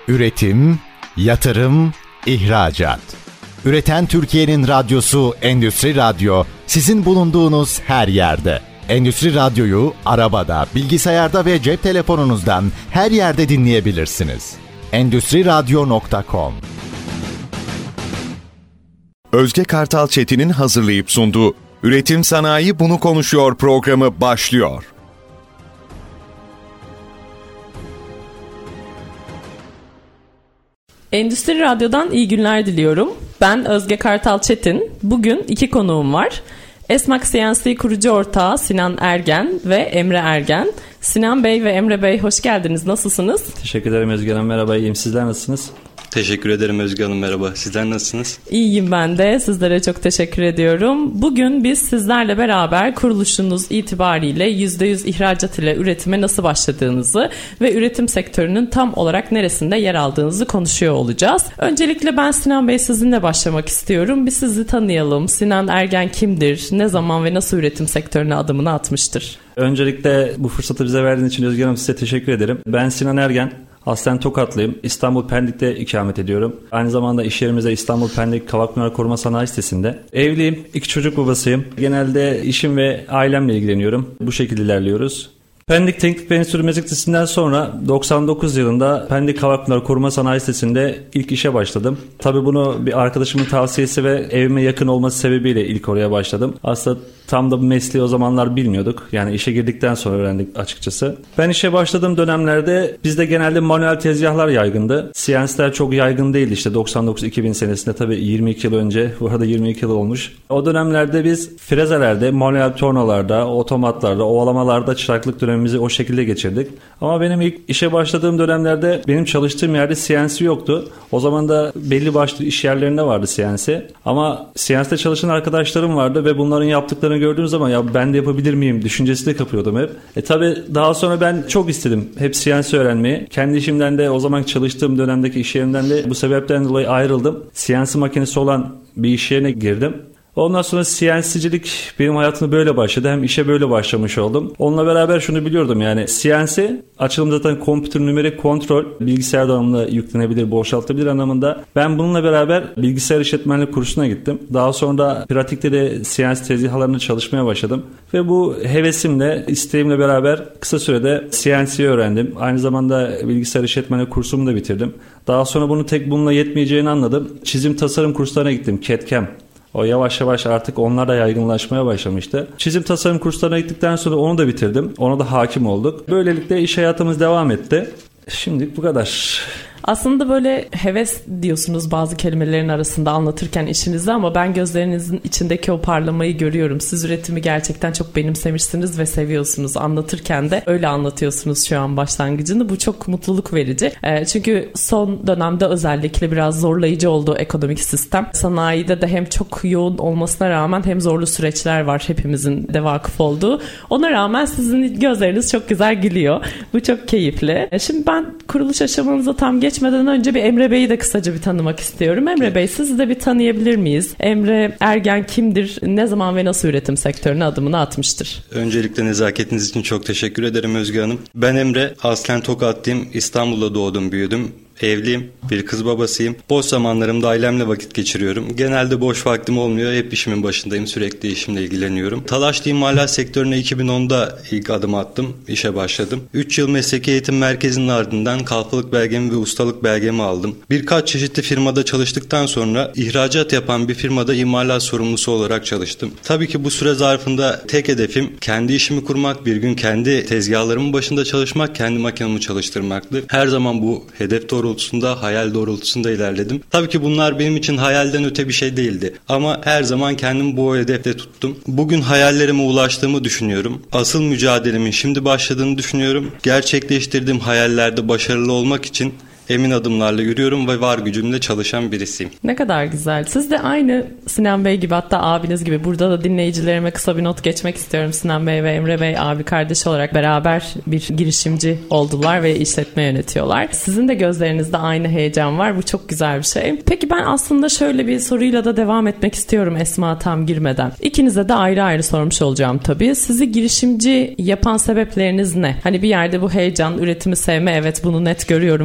Üretim, yatırım, ihracat. Üreten Türkiye'nin radyosu Endüstri Radyo, sizin bulunduğunuz her yerde. Endüstri Radyo'yu arabada, bilgisayarda ve cep telefonunuzdan her yerde dinleyebilirsiniz. Endüstriradyo.com. Özge Kartal Çetin'in hazırlayıp sunduğu Üretim Sanayi Bunu Konuşuyor programı başlıyor. Endüstri Radyo'dan iyi günler diliyorum. Ben Özge Kartal Çetin. Bugün iki konuğum var. Esmak CNC kurucu ortağı Sinan Ergen ve Emre Ergen. Sinan Bey ve Emre Bey hoş geldiniz. Nasılsınız? Teşekkür ederim Özge Hanım. Merhaba, iyiyim. Sizler nasılsınız? Teşekkür ederim Özge Hanım, merhaba. Sizler nasılsınız? İyiyim ben de. Sizlere çok teşekkür ediyorum. Bugün biz sizlerle beraber kuruluşunuz itibariyle %100 ihracat ile üretime nasıl başladığınızı ve üretim sektörünün tam olarak neresinde yer aldığınızı konuşuyor olacağız. Öncelikle ben Sinan Bey sizinle başlamak istiyorum. Bir sizi tanıyalım. Sinan Ergen kimdir? Ne zaman ve nasıl üretim sektörüne adımını atmıştır? Öncelikle bu fırsatı bize verdiğiniz için Özge Hanım size teşekkür ederim. Ben Sinan Ergen. Aslen Tokatlıyım. İstanbul Pendik'te ikamet ediyorum. Aynı zamanda iş yerimizde İstanbul Pendik Kavakpınar Koruma Sanayi Sitesi'nde. Evliyim, 2 çocuk babasıyım. Genelde işim ve ailemle ilgileniyorum. Bu şekilde ilerliyoruz. Pendik Teknik ve Endüstri Meslek Lisesi'nden sonra 99 yılında Pendik Kavakpınar Koruma Sanayi Sitesi'nde ilk işe başladım. Tabii bunu bir arkadaşımın tavsiyesi ve evime yakın olması sebebiyle ilk oraya başladım. Aslında tam da bu mesleği o zamanlar bilmiyorduk. Yani işe girdikten sonra öğrendik açıkçası. Ben işe başladığım dönemlerde bizde genelde manuel tezgahlar yaygındı. CNC'ler çok yaygın değildi işte 99-2000 senesinde, tabii 22 yıl önce. Bu arada 22 yıl olmuş. O dönemlerde biz frezelerde, manuel tornalarda, otomatlarda, ovalamalarda çıraklık dönemimizi o şekilde geçirdik. Ama benim ilk işe başladığım dönemlerde benim çalıştığım yerde CNC yoktu. O zaman da belli başlı iş yerlerinde vardı CNC. Ama CNC'de çalışan arkadaşlarım vardı ve bunların yaptıklarını gördüğüm zaman ya ben de yapabilir miyim düşüncesi de kapıyordum hep. Tabii daha sonra ben çok istedim hep CNC öğrenmeyi. Kendi işimden de o zaman çalıştığım dönemdeki iş yerimden de bu sebepten dolayı ayrıldım. CNC makinesi olan bir iş yerine girdim. Ondan sonra CNC'cilik benim hayatımda böyle başladı. Hem işe böyle başlamış oldum. Onunla beraber şunu biliyordum, yani CNC açılım zaten computer numerik kontrol, bilgisayar donanımla yüklenebilir, boşaltabilir anlamında. Ben bununla beraber bilgisayar işletmenlik kursuna gittim. Daha sonra pratikte de CNC tezgahlarında çalışmaya başladım. Ve bu hevesimle, isteğimle beraber kısa sürede CNC'yi öğrendim. Aynı zamanda bilgisayar işletmenlik kursumu da bitirdim. Daha sonra bununla yetmeyeceğini anladım. Çizim tasarım kurslarına gittim. CAD/CAM. O yavaş yavaş artık onlar da yaygınlaşmaya başlamıştı. Çizim tasarım kurslarına gittikten sonra onu da bitirdim. Ona da hakim olduk. Böylelikle iş hayatımız devam etti. Şimdilik bu kadar. Aslında böyle heves diyorsunuz bazı kelimelerin arasında anlatırken işinizi, ama ben gözlerinizin içindeki o parlamayı görüyorum. Siz üretimi gerçekten çok benimsemişsiniz ve seviyorsunuz. Anlatırken de öyle anlatıyorsunuz şu an başlangıcını. Bu çok mutluluk verici. Çünkü son dönemde özellikle biraz zorlayıcı oldu ekonomik sistem. Sanayide de hem çok yoğun olmasına rağmen hem zorlu süreçler var, hepimizin de vakıf olduğu. Ona rağmen sizin gözleriniz çok güzel gülüyor. Bu çok keyifli. Şimdi ben kuruluş aşamanıza tam geçmeden önce bir Emre Bey'i de kısaca bir tanımak istiyorum. Emre Bey, sizi de bir tanıyabilir miyiz? Emre Ergen kimdir? Ne zaman ve nasıl üretim sektörüne adımını atmıştır? Öncelikle nezaketiniz için çok teşekkür ederim Özge Hanım. Ben Emre, aslen Tokatlıyım. İstanbul'da doğdum, büyüdüm. Evliyim, bir kız babasıyım. Boş zamanlarımda ailemle vakit geçiriyorum. Genelde boş vaktim olmuyor. Hep işimin başındayım. Sürekli işimle ilgileniyorum. Talaşlı imalat sektörüne 2010'da ilk adım attım. İşe başladım. 3 yıl mesleki eğitim merkezinin ardından kalfalık belgemi ve ustalık belgemi aldım. Birkaç çeşitli firmada çalıştıktan sonra ihracat yapan bir firmada imalat sorumlusu olarak çalıştım. Tabii ki bu süre zarfında tek hedefim kendi işimi kurmak, bir gün kendi tezgahlarımın başında çalışmak, kendi makinamı çalıştırmaktı. Her zaman bu hedef doğrultusunda, hayal doğrultusunda ilerledim. Tabii ki bunlar benim için hayalden öte bir şey değildi. Ama her zaman kendimi bu hedefte tuttum. Bugün hayallerime ulaştığımı düşünüyorum. Asıl mücadelemin şimdi başladığını düşünüyorum. Gerçekleştirdiğim hayallerde başarılı olmak için emin adımlarla yürüyorum ve var gücümle çalışan birisiyim. Ne kadar güzel. Siz de aynı Sinan Bey gibi, hatta abiniz gibi. Burada da dinleyicilerime kısa bir not geçmek istiyorum. Sinan Bey ve Emre Bey abi kardeş olarak beraber bir girişimci oldular ve işletme yönetiyorlar. Sizin de gözlerinizde aynı heyecan var. Bu çok güzel bir şey. Peki ben aslında şöyle bir soruyla da devam etmek istiyorum Esma tam girmeden. İkinize de ayrı ayrı sormuş olacağım tabii. Sizi girişimci yapan sebepleriniz ne? Hani bir yerde bu heyecan, üretimi sevme, evet bunu net görüyorum, fark ediyorum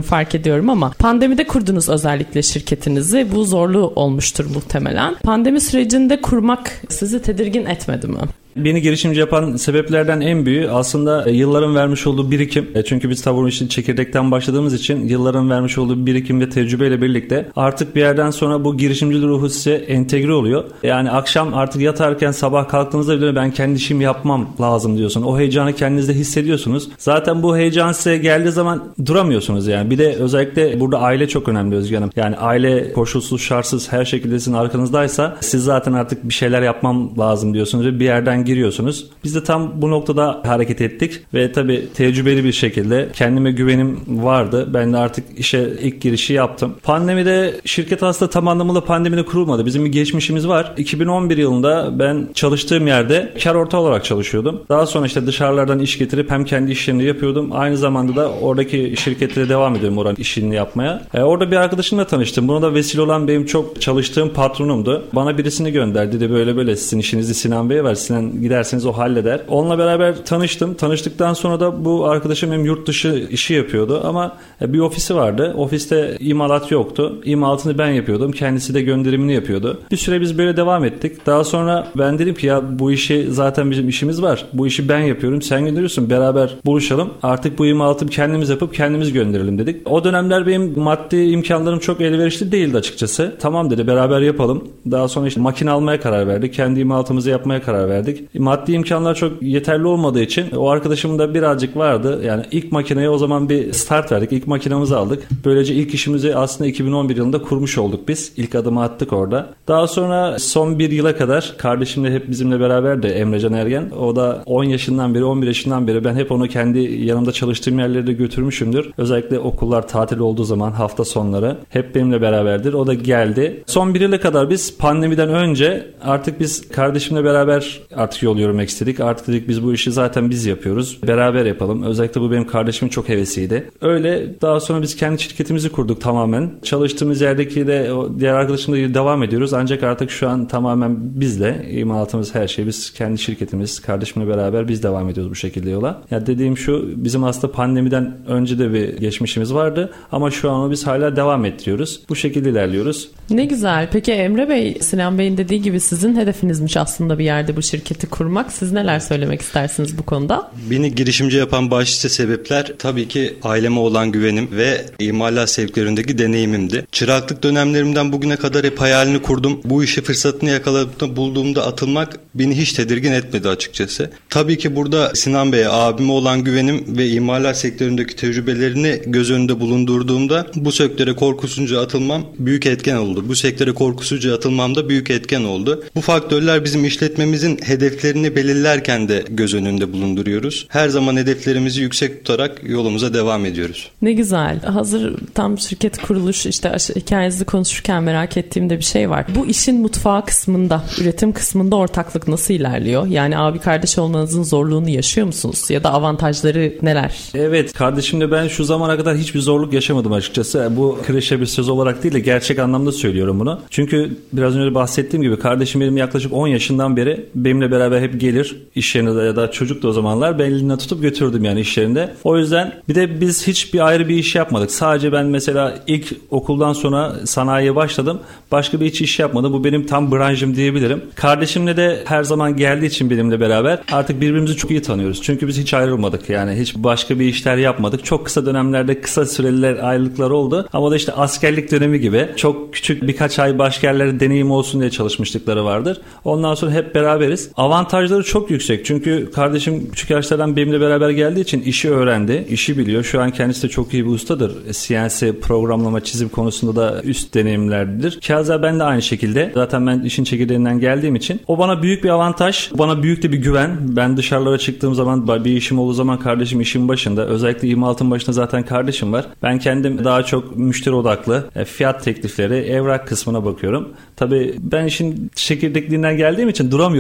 bekliyorum ama pandemide kurdunuz özellikle şirketinizi. Bu zorlu olmuştur muhtemelen. Pandemi sürecinde kurmak sizi tedirgin etmedi mi? Beni girişimci yapan sebeplerden en büyüğü aslında yılların vermiş olduğu birikim. Çünkü biz tabii bu işin çekirdekten başladığımız için yılların vermiş olduğu birikim ve tecrübeyle birlikte artık bir yerden sonra bu girişimcilik ruhu size entegre oluyor. Yani akşam artık yatarken sabah kalktığınızda bile ben kendi işimi yapmam lazım diyorsun. O heyecanı kendinizde hissediyorsunuz. Zaten bu heyecan size geldiği zaman duramıyorsunuz yani. Bir de özellikle burada aile çok önemli Özge Hanım. Yani aile koşulsuz, şartsız her şekilde sizin arkanızdaysa siz zaten artık bir şeyler yapmam lazım diyorsunuz ve bir yerden giriyorsunuz. Biz de tam bu noktada hareket ettik ve tabii tecrübeli bir şekilde kendime güvenim vardı. Ben de artık işe ilk girişi yaptım. Pandemide şirket aslında tam anlamıyla pandemide kurulmadı. Bizim bir geçmişimiz var. 2011 yılında ben çalıştığım yerde kar ortağı olarak çalışıyordum. Daha sonra işte dışarılardan iş getirip hem kendi işlerini yapıyordum. Aynı zamanda da oradaki şirketlere devam ediyorum oranın işini yapmaya. Orada bir arkadaşımla tanıştım. Buna da vesile olan benim çok çalıştığım patronumdu. Bana birisini gönderdi de böyle sizin işinizde Sinan Bey var. Sinan giderseniz o halleder. Onunla beraber tanıştım. Tanıştıktan sonra da bu arkadaşım hem yurt dışı işi yapıyordu ama bir ofisi vardı. Ofiste imalat yoktu. İmalatını ben yapıyordum. Kendisi de gönderimini yapıyordu. Bir süre biz böyle devam ettik. Daha sonra ben dedim ki ya bu işi zaten bizim işimiz var. Bu işi ben yapıyorum. Sen gönderiyorsun. Beraber buluşalım. Artık bu imalatı kendimiz yapıp kendimiz gönderelim dedik. O dönemler benim maddi imkanlarım çok elverişli değildi açıkçası. Tamam dedi beraber yapalım. Daha sonra işte makine almaya karar verdik. Kendi imalatımızı yapmaya karar verdik. Maddi imkanlar çok yeterli olmadığı için o arkadaşımın da birazcık vardı. Yani ilk makineye o zaman bir start verdik. İlk makinamızı aldık. Böylece ilk işimizi aslında 2011 yılında kurmuş olduk biz. İlk adımı attık orada. Daha sonra son bir yıla kadar kardeşim de hep bizimle beraberdi Emrecan Ergen. O da 10 yaşından beri 11 yaşından beri ben hep onu kendi yanımda çalıştığım yerlere de götürmüşümdür. Özellikle okullar tatil olduğu zaman hafta sonları hep benimle beraberdir. O da geldi. Son bir yıla kadar biz pandemiden önce artık biz kardeşimle beraber artık yol yürümek istedik. Artık dedik biz bu işi zaten biz yapıyoruz. Beraber yapalım. Özellikle bu benim kardeşimin çok hevesiydi. Öyle daha sonra biz kendi şirketimizi kurduk tamamen. Çalıştığımız yerdeki de diğer arkadaşımla devam ediyoruz. Ancak artık şu an tamamen bizle imalatımız her şey biz kendi şirketimiz kardeşimle beraber biz devam ediyoruz bu şekilde yola. Ya dediğim şu bizim aslında pandemiden önce de bir geçmişimiz vardı ama şu an biz hala devam ettiriyoruz. Bu şekilde ilerliyoruz. Ne güzel. Peki Emre Bey, Sinan Bey'in dediği gibi sizin hedefinizmiş aslında bir yerde bu şirketi kurmak. Siz neler söylemek istersiniz bu konuda? Beni girişimci yapan başlıca sebepler tabii ki aileme olan güvenim ve imalat sektöründeki deneyimimdi. Çıraklık dönemlerimden bugüne kadar hep hayalini kurdum. Bu işi fırsatını yakaladığımda bulduğumda atılmak beni hiç tedirgin etmedi açıkçası. Tabii ki burada Sinan Bey'e, abime olan güvenim ve imalat sektöründeki tecrübelerini göz önünde bulundurduğumda bu sektöre korkusuzca atılmam büyük etken oldu. Bu sektöre korkusuzca atılmam da büyük etken oldu. Bu faktörler bizim işletmemizin hedeflerini belirlerken de göz önünde bulunduruyoruz. Her zaman hedeflerimizi yüksek tutarak yolumuza devam ediyoruz. Ne güzel. Hazır tam şirket kuruluş işte hikayenizi konuşurken merak ettiğim de bir şey var. Bu işin mutfağı kısmında, üretim kısmında ortaklık nasıl ilerliyor? Yani abi kardeş olmanızın zorluğunu yaşıyor musunuz? Ya da avantajları neler? Evet, kardeşimle ben şu zamana kadar hiçbir zorluk yaşamadım açıkçası. Bu klişe bir söz olarak değil de gerçek anlamda söylüyorum bunu. Çünkü biraz önce bahsettiğim gibi kardeşim benim yaklaşık 10 yaşından beri benimle beraber hep gelir. İş yerinde ya da çocuk da o zamanlar ben elinden tutup götürdüm yani iş yerinde. O yüzden bir de biz hiçbir ayrı bir iş yapmadık. Sadece ben mesela ilk okuldan sonra sanayiye başladım. Başka bir iş yapmadım. Bu benim tam branşım diyebilirim. Kardeşimle de her zaman geldiği için benimle beraber artık birbirimizi çok iyi tanıyoruz. Çünkü biz hiç ayrılmadık. Yani hiç başka bir işler yapmadık. Çok kısa dönemlerde kısa süreliler ayrılıklar oldu. Ama da işte askerlik dönemi gibi çok küçük birkaç ay başka yerlerde deneyim olsun diye çalışmışlıkları vardır. Ondan sonra hep beraberiz. Avantajları çok yüksek. Çünkü kardeşim küçük yaşlardan benimle beraber geldiği için işi öğrendi. İşi biliyor. Şu an kendisi de çok iyi bir ustadır. CNC programlama, çizim konusunda da üst deneyimlerdir. Keza ben de aynı şekilde. Zaten ben işin çekirdeğinden geldiğim için. O bana büyük bir avantaj. Bana büyük de bir güven. Ben dışarılara çıktığım zaman bir işim olduğu zaman kardeşim işin başında. Özellikle imalatın başında zaten kardeşim var. Ben kendim daha çok müşteri odaklı, fiyat teklifleri, evrak kısmına bakıyorum. Tabii ben işin çekirdekliğinden geldiğim için duramıyorum da aslında.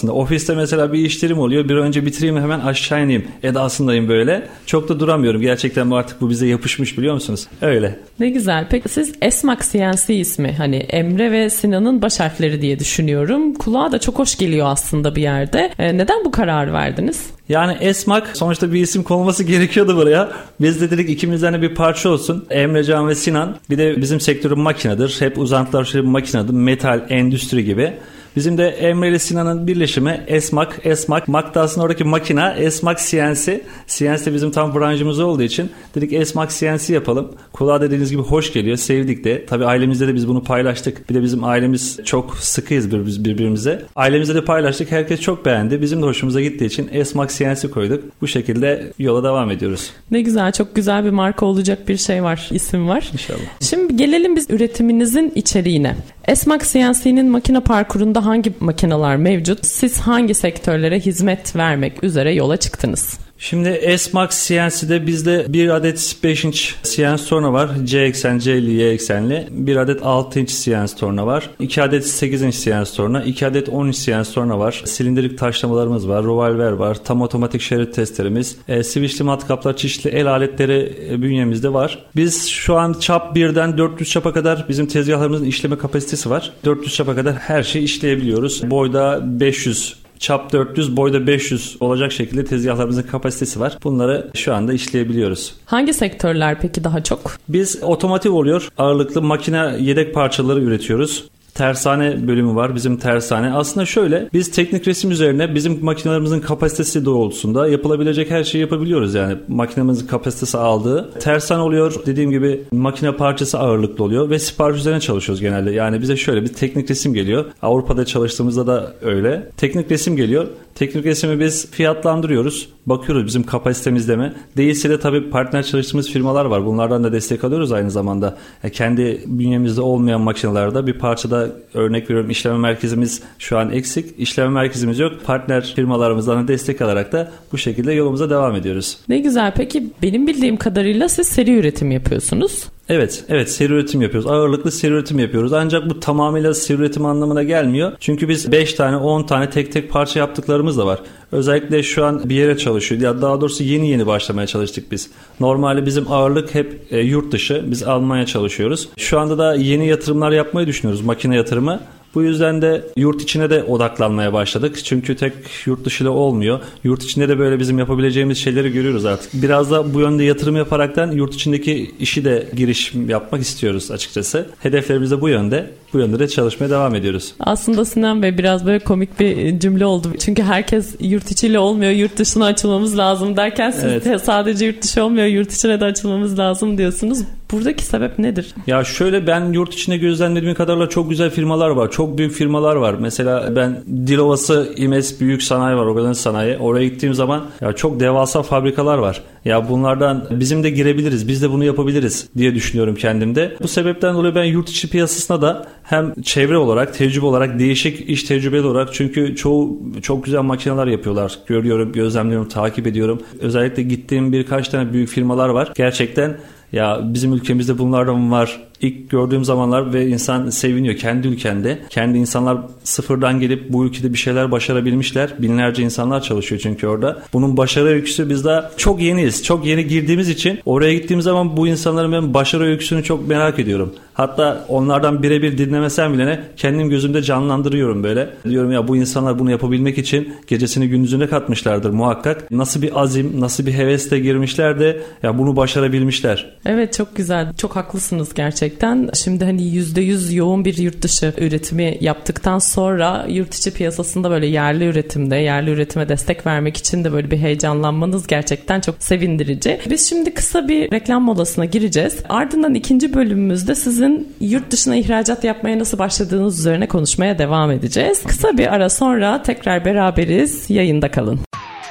aslında. Ofiste mesela bir işlerim oluyor. Bir önce bitireyim hemen aşağı ineyim edasındayım böyle. Çok da duramıyorum. Gerçekten artık bu bize yapışmış, biliyor musunuz? Öyle. Ne güzel. Peki siz Esmak CNC ismi, hani Emre ve Sinan'ın baş harfleri diye düşünüyorum. Kulağa da çok hoş geliyor aslında bir yerde. Neden bu kararı verdiniz? Yani Esmak sonuçta bir isim konulması gerekiyordu buraya. Biz de dedik ikimizden de bir parça olsun. Emrecan ve Sinan, bir de bizim sektörün makinedir. Hep uzantılar şöyle bir makinedir. Metal, endüstri gibi. Bizim de Emre ile Sinan'ın birleşimi Esmak. Mak da aslında oradaki makina. Esmak CNC. CNC de bizim tam branşımız olduğu için dedik Esmak CNC yapalım. Kulağa dediğiniz gibi hoş geliyor. Sevdik de. Tabii ailemizde de biz bunu paylaştık. Bir de bizim ailemiz çok sıkıyız birbirimize. Ailemizde de paylaştık. Herkes çok beğendi. Bizim de hoşumuza gittiği için Esmak CNC koyduk. Bu şekilde yola devam ediyoruz. Ne güzel. Çok güzel bir marka olacak bir şey var. İsim var. İnşallah. Şimdi gelelim biz üretiminizin içeriğine. Esmak CNC'nin makine parkurunda hangi makineler mevcut? Siz hangi sektörlere hizmet vermek üzere yola çıktınız? Şimdi Esmak CNC'de bizde bir adet 5 inç CNC torna var. C eksen, C'li, Y eksenli. Bir adet 6 inç CNC torna var. 2 adet 8 inç CNC torna. 2 adet 10 inç CNC torna var. Silindirik taşlamalarımız var. Revolver var. Tam otomatik şerit testlerimiz. Switchli matkaplar, çeşitli el aletleri bünyemizde var. Biz şu an çap 1'den 400 çapa kadar bizim tezgahlarımızın işleme kapasitesi var. 400 çapa kadar her şeyi işleyebiliyoruz. Boyda 500, çap 400, boyda 500 olacak şekilde tezgahlarımızın kapasitesi var. Bunları şu anda işleyebiliyoruz. Hangi sektörler peki daha çok? Biz otomotiv oluyor. Ağırlıklı makine yedek parçaları üretiyoruz. Tersane bölümü var, bizim tersane. Aslında şöyle, biz teknik resim üzerine bizim makinelerimizin kapasitesi doğrultusunda yapılabilecek her şeyi yapabiliyoruz yani. Makinemizin kapasitesi aldığı. Tersane oluyor, dediğim gibi makine parçası ağırlıklı oluyor ve sipariş üzerine çalışıyoruz genelde. Yani bize şöyle bir teknik resim geliyor. Avrupa'da çalıştığımızda da öyle. Teknik resim geliyor. Teknik resmi biz fiyatlandırıyoruz. Bakıyoruz bizim kapasitemizde mi? Değilse de tabii partner çalıştığımız firmalar var. Bunlardan da destek alıyoruz aynı zamanda. Kendi bünyemizde olmayan makinelerde bir parçada, örnek veriyorum, işleme merkezimiz şu an eksik. İşleme merkezimiz yok. Partner firmalarımızdan destek alarak da bu şekilde yolumuza devam ediyoruz. Ne güzel. Peki benim bildiğim kadarıyla siz seri üretim yapıyorsunuz. Evet, seri üretim yapıyoruz. Ağırlıklı seri üretim yapıyoruz. Ancak bu tamamıyla seri üretim anlamına gelmiyor. Çünkü biz 5 tane, 10 tane tek parça yaptıklarımız da var. Özellikle şu an bir yere çalışıyor. Ya daha doğrusu yeni başlamaya çalıştık biz. Normalde bizim ağırlık hep yurt dışı. Biz Almanya çalışıyoruz. Şu anda da yeni yatırımlar yapmayı düşünüyoruz. Makine yatırımı. Bu yüzden de yurt içine de odaklanmaya başladık. Çünkü tek yurt dışı ile olmuyor. Yurt içinde de böyle bizim yapabileceğimiz şeyleri görüyoruz artık. Biraz da bu yönde yatırım yaparaktan yurt içindeki işi de girişim yapmak istiyoruz açıkçası. Hedeflerimiz de bu yönde. Bu yönde de çalışmaya devam ediyoruz. Aslında Sinan Bey biraz böyle komik bir cümle oldu. Çünkü herkes yurt içiyle olmuyor, yurt dışına açılmamız lazım derken siz de sadece yurt dışı olmuyor, yurt içine de açılmamız lazım diyorsunuz. Buradaki sebep nedir? Ya şöyle, ben yurt içinde gözlemlediğim kadarıyla çok güzel firmalar var. Çok büyük firmalar var. Mesela ben Dilovası İmes Büyük Sanayi var. Organize sanayi. Oraya gittiğim zaman ya çok devasa fabrikalar var. Ya bunlardan bizim de girebiliriz. Biz de bunu yapabiliriz diye düşünüyorum kendimde. Bu sebepten dolayı ben yurt içi piyasasına da hem çevre olarak, tecrübe olarak, değişik iş tecrübeli olarak, çünkü çoğu çok güzel makineler yapıyorlar. Görüyorum, gözlemliyorum, takip ediyorum. Özellikle gittiğim birkaç tane büyük firmalar var. Gerçekten ya bizim ülkemizde bunlardan var. İlk gördüğüm zamanlar ve insan seviniyor. Kendi ülkende, kendi insanlar sıfırdan gelip bu ülkede bir şeyler başarabilmişler. Binlerce insanlar çalışıyor çünkü orada. Bunun başarı öyküsü, biz daha çok yeniyiz. Çok yeni girdiğimiz için oraya gittiğim zaman bu insanların ben başarı öyküsünü çok merak ediyorum. Hatta onlardan birebir dinlemesem bile kendim gözümde canlandırıyorum böyle. Diyorum ya bu insanlar bunu yapabilmek için gecesini gündüzüne katmışlardır muhakkak. Nasıl bir azim, nasıl bir hevesle girmişler de ya bunu başarabilmişler. Evet, çok güzel. Çok haklısınız gerçekten. Şimdi hani %100 yoğun bir yurt dışı üretimi yaptıktan sonra yurt içi piyasasında böyle yerli üretime destek vermek için de böyle bir heyecanlanmanız gerçekten çok sevindirici. Biz şimdi kısa bir reklam molasına gireceğiz. Ardından ikinci bölümümüzde sizin yurt dışına ihracat yapmaya nasıl başladığınız üzerine konuşmaya devam edeceğiz. Kısa bir ara sonra tekrar beraberiz. Yayında kalın.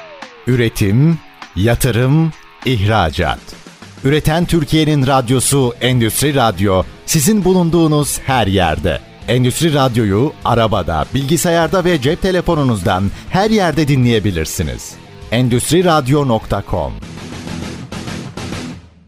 Üretim, yatırım, ihracat. Üreten Türkiye'nin radyosu Endüstri Radyo, sizin bulunduğunuz her yerde. Endüstri Radyo'yu arabada, bilgisayarda ve cep telefonunuzdan her yerde dinleyebilirsiniz. Endüstriradyo.com.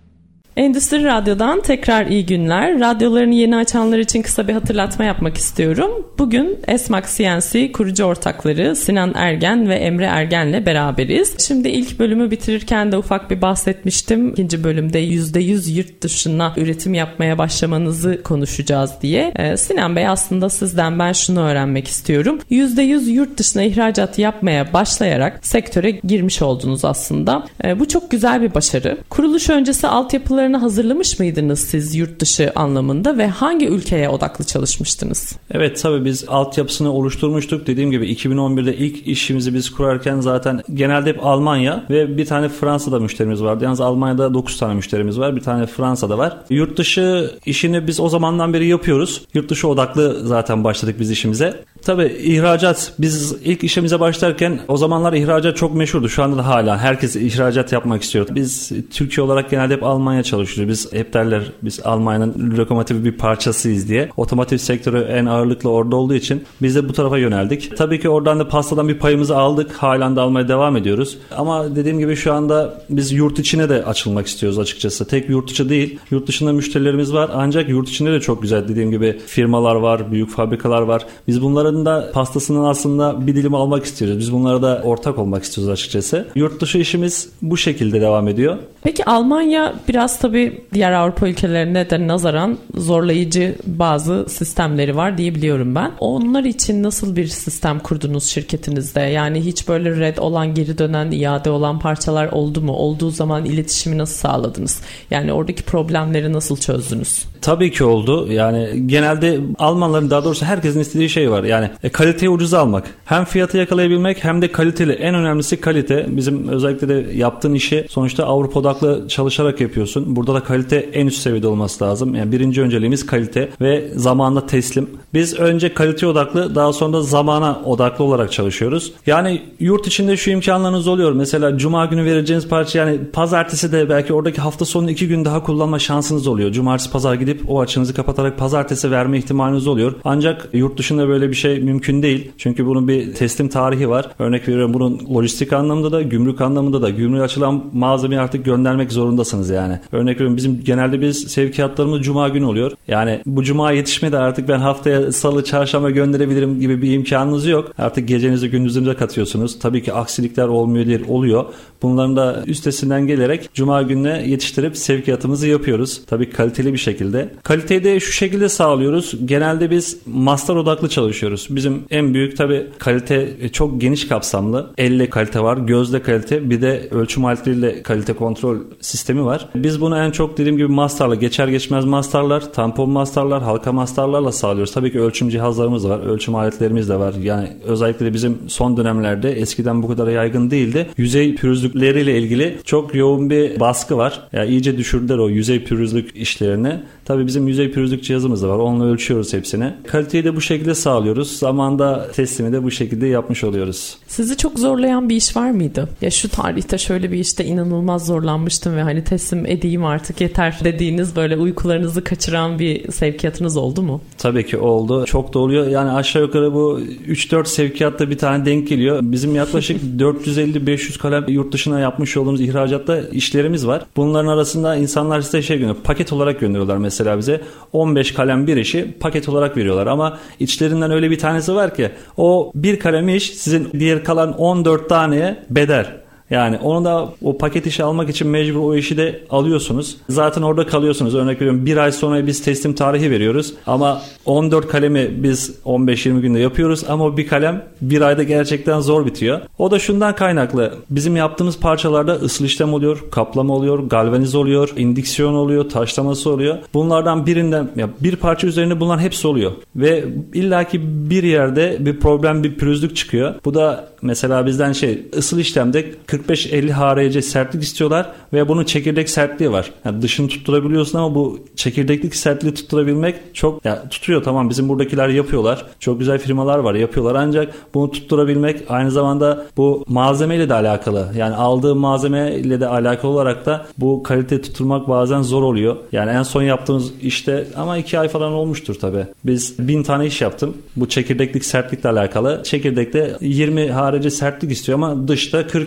Endüstri Radyo'dan tekrar iyi günler. Radyolarını yeni açanlar için kısa bir hatırlatma yapmak istiyorum. Bugün Esmax CNC kurucu ortakları Sinan Ergen ve Emre Ergen'le beraberiz. Şimdi ilk bölümü bitirirken de ufak bir bahsetmiştim. İkinci bölümde %100 yurt dışına üretim yapmaya başlamanızı konuşacağız diye. Sinan Bey, aslında sizden ben şunu öğrenmek istiyorum. %100 yurt dışına ihracat yapmaya başlayarak sektöre girmiş oldunuz aslında. Bu çok güzel bir başarı. Kuruluş öncesi altyapılarını hazırlamış mıydınız siz yurt dışı anlamında ve hangi ülkeye odaklı çalışmıştınız? Evet, tabii biz altyapısını oluşturmuştuk. Dediğim gibi 2011'de ilk işimizi biz kurarken zaten genelde hep Almanya ve bir tane Fransa'da müşterimiz vardı. Yalnız Almanya'da 9 tane müşterimiz var. Bir tane Fransa'da var. Yurt dışı işini biz o zamandan beri yapıyoruz. Yurt dışı odaklı zaten başladık biz işimize. Tabii ihracat, biz ilk işimize başlarken o zamanlar ihracat çok meşhurdu. Şu anda da hala herkes ihracat yapmak istiyor. Biz Türkiye olarak genelde hep Almanya çalışıyoruz. Biz hep derler biz Almanya'nın lokomotifi bir parçasıyız diye. Otomotiv sektörü en ağırlıklı orada olduğu için biz de bu tarafa yöneldik. Tabii ki oradan da pastadan bir payımızı aldık. Halen de almaya devam ediyoruz. Ama dediğim gibi şu anda biz yurt içine de açılmak istiyoruz açıkçası. Tek yurt dışı değil. Yurt dışında müşterilerimiz var. Ancak yurt içinde de çok güzel dediğim gibi firmalar var, büyük fabrikalar var. Biz bunların da pastasının aslında bir dilim almak istiyoruz. Biz bunlara da ortak olmak istiyoruz açıkçası. Yurt dışı işimiz bu şekilde devam ediyor. Peki Almanya biraz tabii diğer Avrupa ülkelerine de nazaran zorlayıcı bazı sistemleri var diyebiliyorum ben. Onlar için nasıl bir sistem kurdunuz şirketinizde? Yani hiç böyle red olan, geri dönen, iade olan parçalar oldu mu? Olduğu zaman iletişimi nasıl sağladınız? Yani oradaki problemleri nasıl çözdünüz? Tabii ki oldu. Yani genelde Almanların, daha doğrusu herkesin istediği şey var. Yani kaliteyi ucuza almak. Hem fiyatı yakalayabilmek hem de kaliteli. En önemlisi kalite. Bizim özellikle de yaptığın işi sonuçta Avrupa odaklı çalışarak yapıyorsun. Burada da kalite en üst seviyede olması lazım. Yani birinci önceliğimiz kalite ve zamanında teslim. Biz önce kalite odaklı, daha sonra da zamana odaklı olarak çalışıyoruz. Yani yurt içinde şu imkanlarınız oluyor. Mesela cuma günü vereceğiniz parça, yani pazartesi de belki oradaki hafta sonu 2 gün daha kullanma şansınız oluyor. Cumartesi pazar gidip o açınızı kapatarak pazartesi verme ihtimaliniz oluyor. Ancak yurt dışında böyle bir şey mümkün değil. Çünkü bunun bir teslim tarihi var. Örnek veriyorum, bunun lojistik anlamında da, gümrük anlamında da, gümrüğe açılan malzemeyi artık göndermek zorundasınız yani. Örnek veriyorum, bizim genelde biz sevkiyatlarımız cuma günü oluyor. Yani bu cuma yetişmedi artık ben haftaya salı, çarşamba gönderebilirim gibi bir imkanınız yok. Artık gecenizi gündüzünüze katıyorsunuz. Tabii ki aksilikler olmuyor değil, oluyor. Bunların da üstesinden gelerek cuma gününe yetiştirip sevkiyatımızı yapıyoruz. Tabii kaliteli bir şekilde. Kaliteyi de şu şekilde sağlıyoruz. Genelde biz master odaklı çalışıyoruz. Bizim en büyük tabii kalite çok geniş kapsamlı. Elle kalite var, gözle kalite, bir de ölçüm aletleriyle kalite kontrol sistemi var. Biz bunu en çok dediğim gibi masterla, geçer geçmez masterlar, tampon masterlar, halka masterlarla sağlıyoruz. Tabii ki ölçüm cihazlarımız var, ölçüm aletlerimiz de var. Yani özellikle de bizim son dönemlerde, eskiden bu kadar yaygın değildi, yüzey pürüzlükleriyle ilgili çok yoğun bir baskı var. Yani iyice düşürdüler o yüzey pürüzlük işlerini. Tabii bizim yüzey pürüzlük cihazımız da var. Onunla ölçüyoruz hepsini. Kaliteyi de bu şekilde sağlıyoruz. Zamanda teslimi de bu şekilde yapmış oluyoruz. Sizi çok zorlayan bir iş var mıydı? Ya şu tarihte şöyle bir işte inanılmaz zorlanmıştım ve hani teslim edeyim artık yeter dediğiniz, böyle uykularınızı kaçıran bir sevkiyatınız oldu mu? Tabii ki oldu. Çok da oluyor. Yani aşağı yukarı bu 3-4 sevkiyatta bir tane denk geliyor. Bizim yaklaşık 450-500 kalem yurt dışına yapmış olduğumuz ihracatta işlerimiz var. Bunların arasında insanlar size gönderiyor. Paket olarak gönderiyorlar mesela bize. 15 kalem bir işi paket olarak veriyorlar ama içlerinden öyle bir tanesi var ki o bir kalem iş sizin diğer kalan 14 taneye bedel. Yani onu da o paket işi almak için mecbur o işi de alıyorsunuz. Zaten orada kalıyorsunuz. Örnek veriyorum, bir ay sonra biz teslim tarihi veriyoruz. Ama 14 kalemi biz 15-20 günde yapıyoruz. Ama o bir kalem bir ayda gerçekten zor bitiyor. O da şundan kaynaklı. Bizim yaptığımız parçalarda ısıl işlem oluyor, kaplama oluyor, galvanize oluyor, indiksiyon oluyor, taşlaması oluyor. Bunlardan birinden, bir parça üzerinde bunların hepsi oluyor. Ve illaki bir yerde bir problem, bir pürüzlük çıkıyor. Bu da mesela bizden ısıl işlemde 45-50 HRC sertlik istiyorlar ve bunun çekirdek sertliği var. Yani dışını tutturabiliyorsun ama bu çekirdeklik sertliği tutturabilmek çok tutuyor, tamam, bizim buradakiler yapıyorlar. Çok güzel firmalar var, yapıyorlar, ancak bunu tutturabilmek aynı zamanda bu malzemeyle de alakalı. Yani aldığı malzemeyle de alakalı olarak da bu kalite tutturmak bazen zor oluyor. Yani en son yaptığımız işte ama 2 ay falan olmuştur tabii. Biz 1000 tane iş yaptım. Bu çekirdeklik sertlikle alakalı. Çekirdekte 20 HRC sertlik istiyor ama dışta 40 istiyor.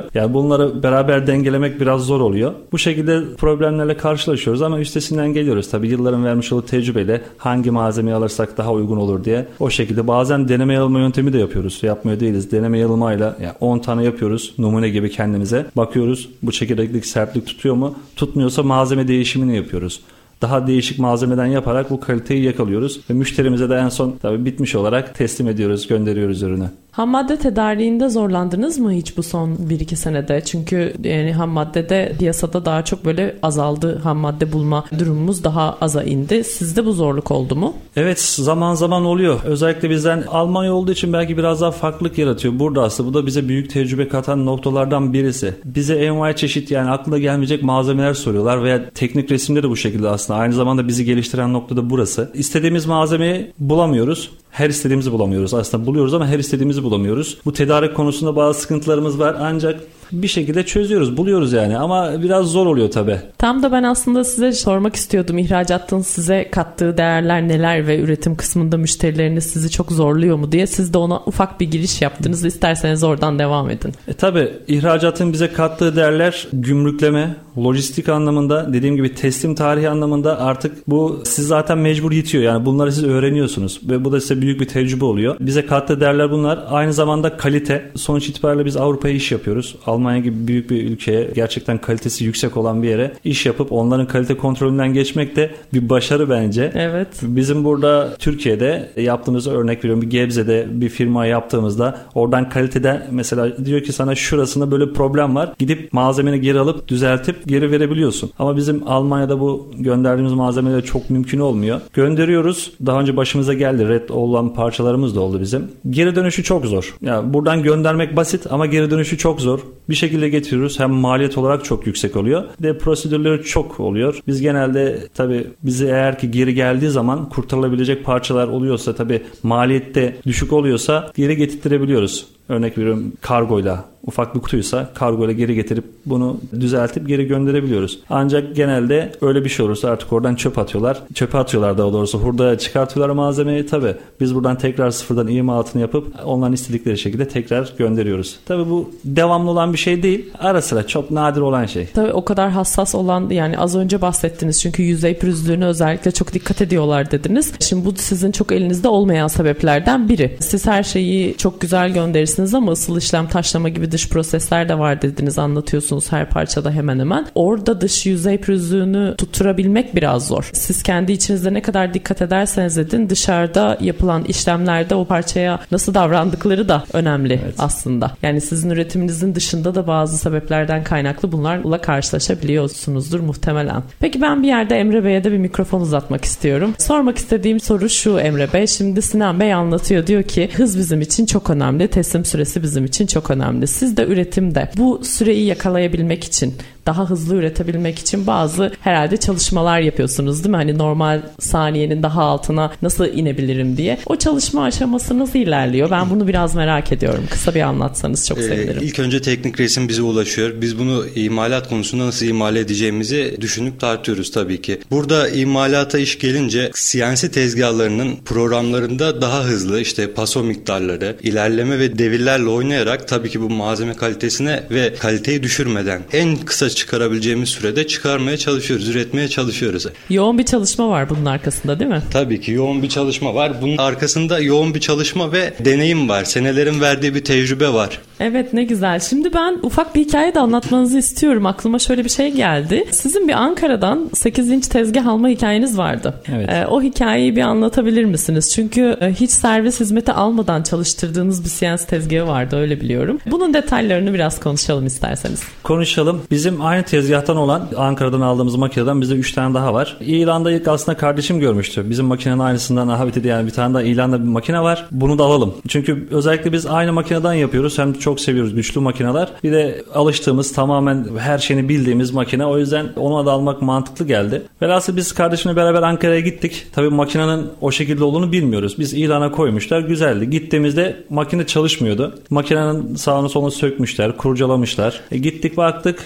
oluyor. Yani bunları beraber dengelemek biraz zor oluyor. Bu şekilde problemlerle karşılaşıyoruz ama üstesinden geliyoruz. Tabii yılların vermiş olduğu tecrübeyle hangi malzemeyi alırsak daha uygun olur diye. O şekilde bazen deneme yanılma yöntemi de yapıyoruz. Yapmıyor değiliz. Deneme yanılmayla yani 10 tane yapıyoruz. Numune gibi kendimize. Bakıyoruz bu çekirdeklik sertlik tutuyor mu? Tutmuyorsa malzeme değişimini yapıyoruz. Daha değişik malzemeden yaparak bu kaliteyi yakalıyoruz. Ve müşterimize de en son tabii bitmiş olarak teslim ediyoruz, gönderiyoruz ürünü. Ham madde tedariğinde zorlandınız mı hiç bu son 1-2 senede? Çünkü yani ham maddede piyasada daha çok böyle azaldı. Ham madde bulma durumumuz daha aza indi. Sizde bu zorluk oldu mu? Evet, zaman zaman oluyor. Özellikle bizden Almanya olduğu için belki biraz daha farklılık yaratıyor. Burada aslında bu da bize büyük tecrübe katan noktalardan birisi. Bize envai çeşit yani aklına gelmeyecek malzemeler soruyorlar veya teknik resimde de bu şekilde aslında. Aynı zamanda bizi geliştiren nokta da burası. İstediğimiz malzemeyi bulamıyoruz. Her istediğimizi bulamıyoruz. Aslında buluyoruz ama her istediğimizi bulamıyoruz. Bu tedarik konusunda bazı sıkıntılarımız var ancak bir şekilde çözüyoruz, buluyoruz yani ama biraz zor oluyor tabii. Tam da ben aslında size sormak istiyordum. İhracatın size kattığı değerler neler ve üretim kısmında müşterileriniz sizi çok zorluyor mu diye. Siz de ona ufak bir giriş yaptınız. İsterseniz oradan devam edin. Tabii ihracatın bize kattığı değerler gümrükleme, lojistik anlamında, dediğim gibi teslim tarihi anlamında artık bu siz zaten mecbur yitiyor. Yani bunları siz öğreniyorsunuz ve bu da size büyük bir tecrübe oluyor. Bize kattığı değerler bunlar. Aynı zamanda kalite. Sonuç itibariyle biz Avrupa'ya iş yapıyoruz. Almanya gibi büyük bir ülkeye, gerçekten kalitesi yüksek olan bir yere iş yapıp onların kalite kontrolünden geçmek de bir başarı bence. Evet. Bizim burada Türkiye'de yaptığımız, örnek veriyorum, bir Gebze'de bir firma yaptığımızda oradan kalitede mesela diyor ki sana şurasında böyle problem var. Gidip malzemeni geri alıp düzeltip geri verebiliyorsun. Ama bizim Almanya'da bu gönderdiğimiz malzemeler çok mümkün olmuyor. Gönderiyoruz. Daha önce başımıza geldi. Red olan parçalarımız da oldu bizim. Geri dönüşü çok zor. Yani buradan göndermek basit ama geri dönüşü çok zor. Bir şekilde getiriyoruz. Hem maliyet olarak çok yüksek oluyor. De prosedürleri çok oluyor. Biz genelde tabii bize eğer ki geri geldiği zaman kurtarılabilecek parçalar oluyorsa, tabii maliyette düşük oluyorsa geri getirtirebiliyoruz. Örnek veriyorum, kargoyla, ufak bir kutuysa kargoyla geri getirip bunu düzeltip geri gönderebiliyoruz. Ancak genelde öyle bir şey olursa artık oradan çöp atıyorlar. Çöpe atıyorlar daha doğrusu. Hurdaya çıkartıyorlar malzemeyi. Tabii biz buradan tekrar sıfırdan imalatını yapıp onların istedikleri şekilde tekrar gönderiyoruz. Tabii bu devamlı olan bir şey değil. Ara sıra çok nadir olan şey. Tabii o kadar hassas olan, yani az önce bahsettiniz çünkü yüzey pürüzlüğüne özellikle çok dikkat ediyorlar dediniz. Şimdi bu sizin çok elinizde olmayan sebeplerden biri. Siz her şeyi çok güzel gönderirsiniz ama ısıl işlem, taşlama gibi dış prosesler de var dediniz, anlatıyorsunuz her parçada hemen hemen. Orada dış yüzey pürüzlüğünü tutturabilmek biraz zor. Siz kendi içinizde ne kadar dikkat ederseniz edin, dışarıda yapılan işlemlerde o parçaya nasıl davrandıkları da önemli aslında. Yani sizin üretiminizin dışında da bazı sebeplerden kaynaklı bunlarla karşılaşabiliyorsunuzdur muhtemelen. Peki ben bir yerde Emre Bey'e de bir mikrofon uzatmak istiyorum. Sormak istediğim soru şu Emre Bey. Şimdi Sinan Bey anlatıyor, diyor ki hız bizim için çok önemli, teslim süresi bizim için çok önemli. Siz de üretimde bu süreyi yakalayabilmek için, daha hızlı üretebilmek için bazı herhalde çalışmalar yapıyorsunuz değil mi? Hani normal saniyenin daha altına nasıl inebilirim diye. O çalışma aşaması nasıl ilerliyor? Ben bunu biraz merak ediyorum. Kısa bir anlatsanız çok sevinirim. İlk önce teknik resim bize ulaşıyor. Biz bunu imalat konusunda nasıl imal edeceğimizi düşünüp tartıyoruz tabii ki. Burada imalata iş gelince CNC tezgahlarının programlarında daha hızlı işte paso miktarları, ilerleme ve devirlerle oynayarak tabii ki bu malzeme kalitesine ve kaliteyi düşürmeden en kısa çıkarabileceğimiz sürede çıkarmaya çalışıyoruz, üretmeye çalışıyoruz. Yoğun bir çalışma var bunun arkasında değil mi? Tabii ki yoğun bir çalışma var. Bunun arkasında yoğun bir çalışma ve deneyim var. Senelerin verdiği bir tecrübe var. Evet, ne güzel. Şimdi ben ufak bir hikaye de anlatmanızı istiyorum. Aklıma şöyle bir şey geldi. Sizin bir Ankara'dan 8 inç tezgah alma hikayeniz vardı. Evet. O hikayeyi bir anlatabilir misiniz? Çünkü hiç servis hizmeti almadan çalıştırdığınız bir CNC tezgahı vardı, öyle biliyorum. Bunun detaylarını biraz konuşalım isterseniz. Konuşalım. Bizim aynı tezgahtan olan Ankara'dan aldığımız makineden bizde 3 tane daha var. İlanda ilk aslında kardeşim görmüştü. Bizim makinenin aynısından Ahabit'te yani bir tane daha ilanda bir makine var. Bunu da alalım. Çünkü özellikle biz aynı makineden yapıyoruz. Hem çok seviyoruz güçlü makineler. Bir de alıştığımız, tamamen her şeyini bildiğimiz makine. O yüzden onu da almak mantıklı geldi. Velhasıl biz kardeşimle beraber Ankara'ya gittik. Tabii makinenin o şekilde olduğunu bilmiyoruz. Biz ilana koymuşlar. Güzeldi. Gittiğimizde makine çalışmıyordu. Makinenin sağını solunu sökmüşler, kurcalamışlar. Gittik baktık. Makine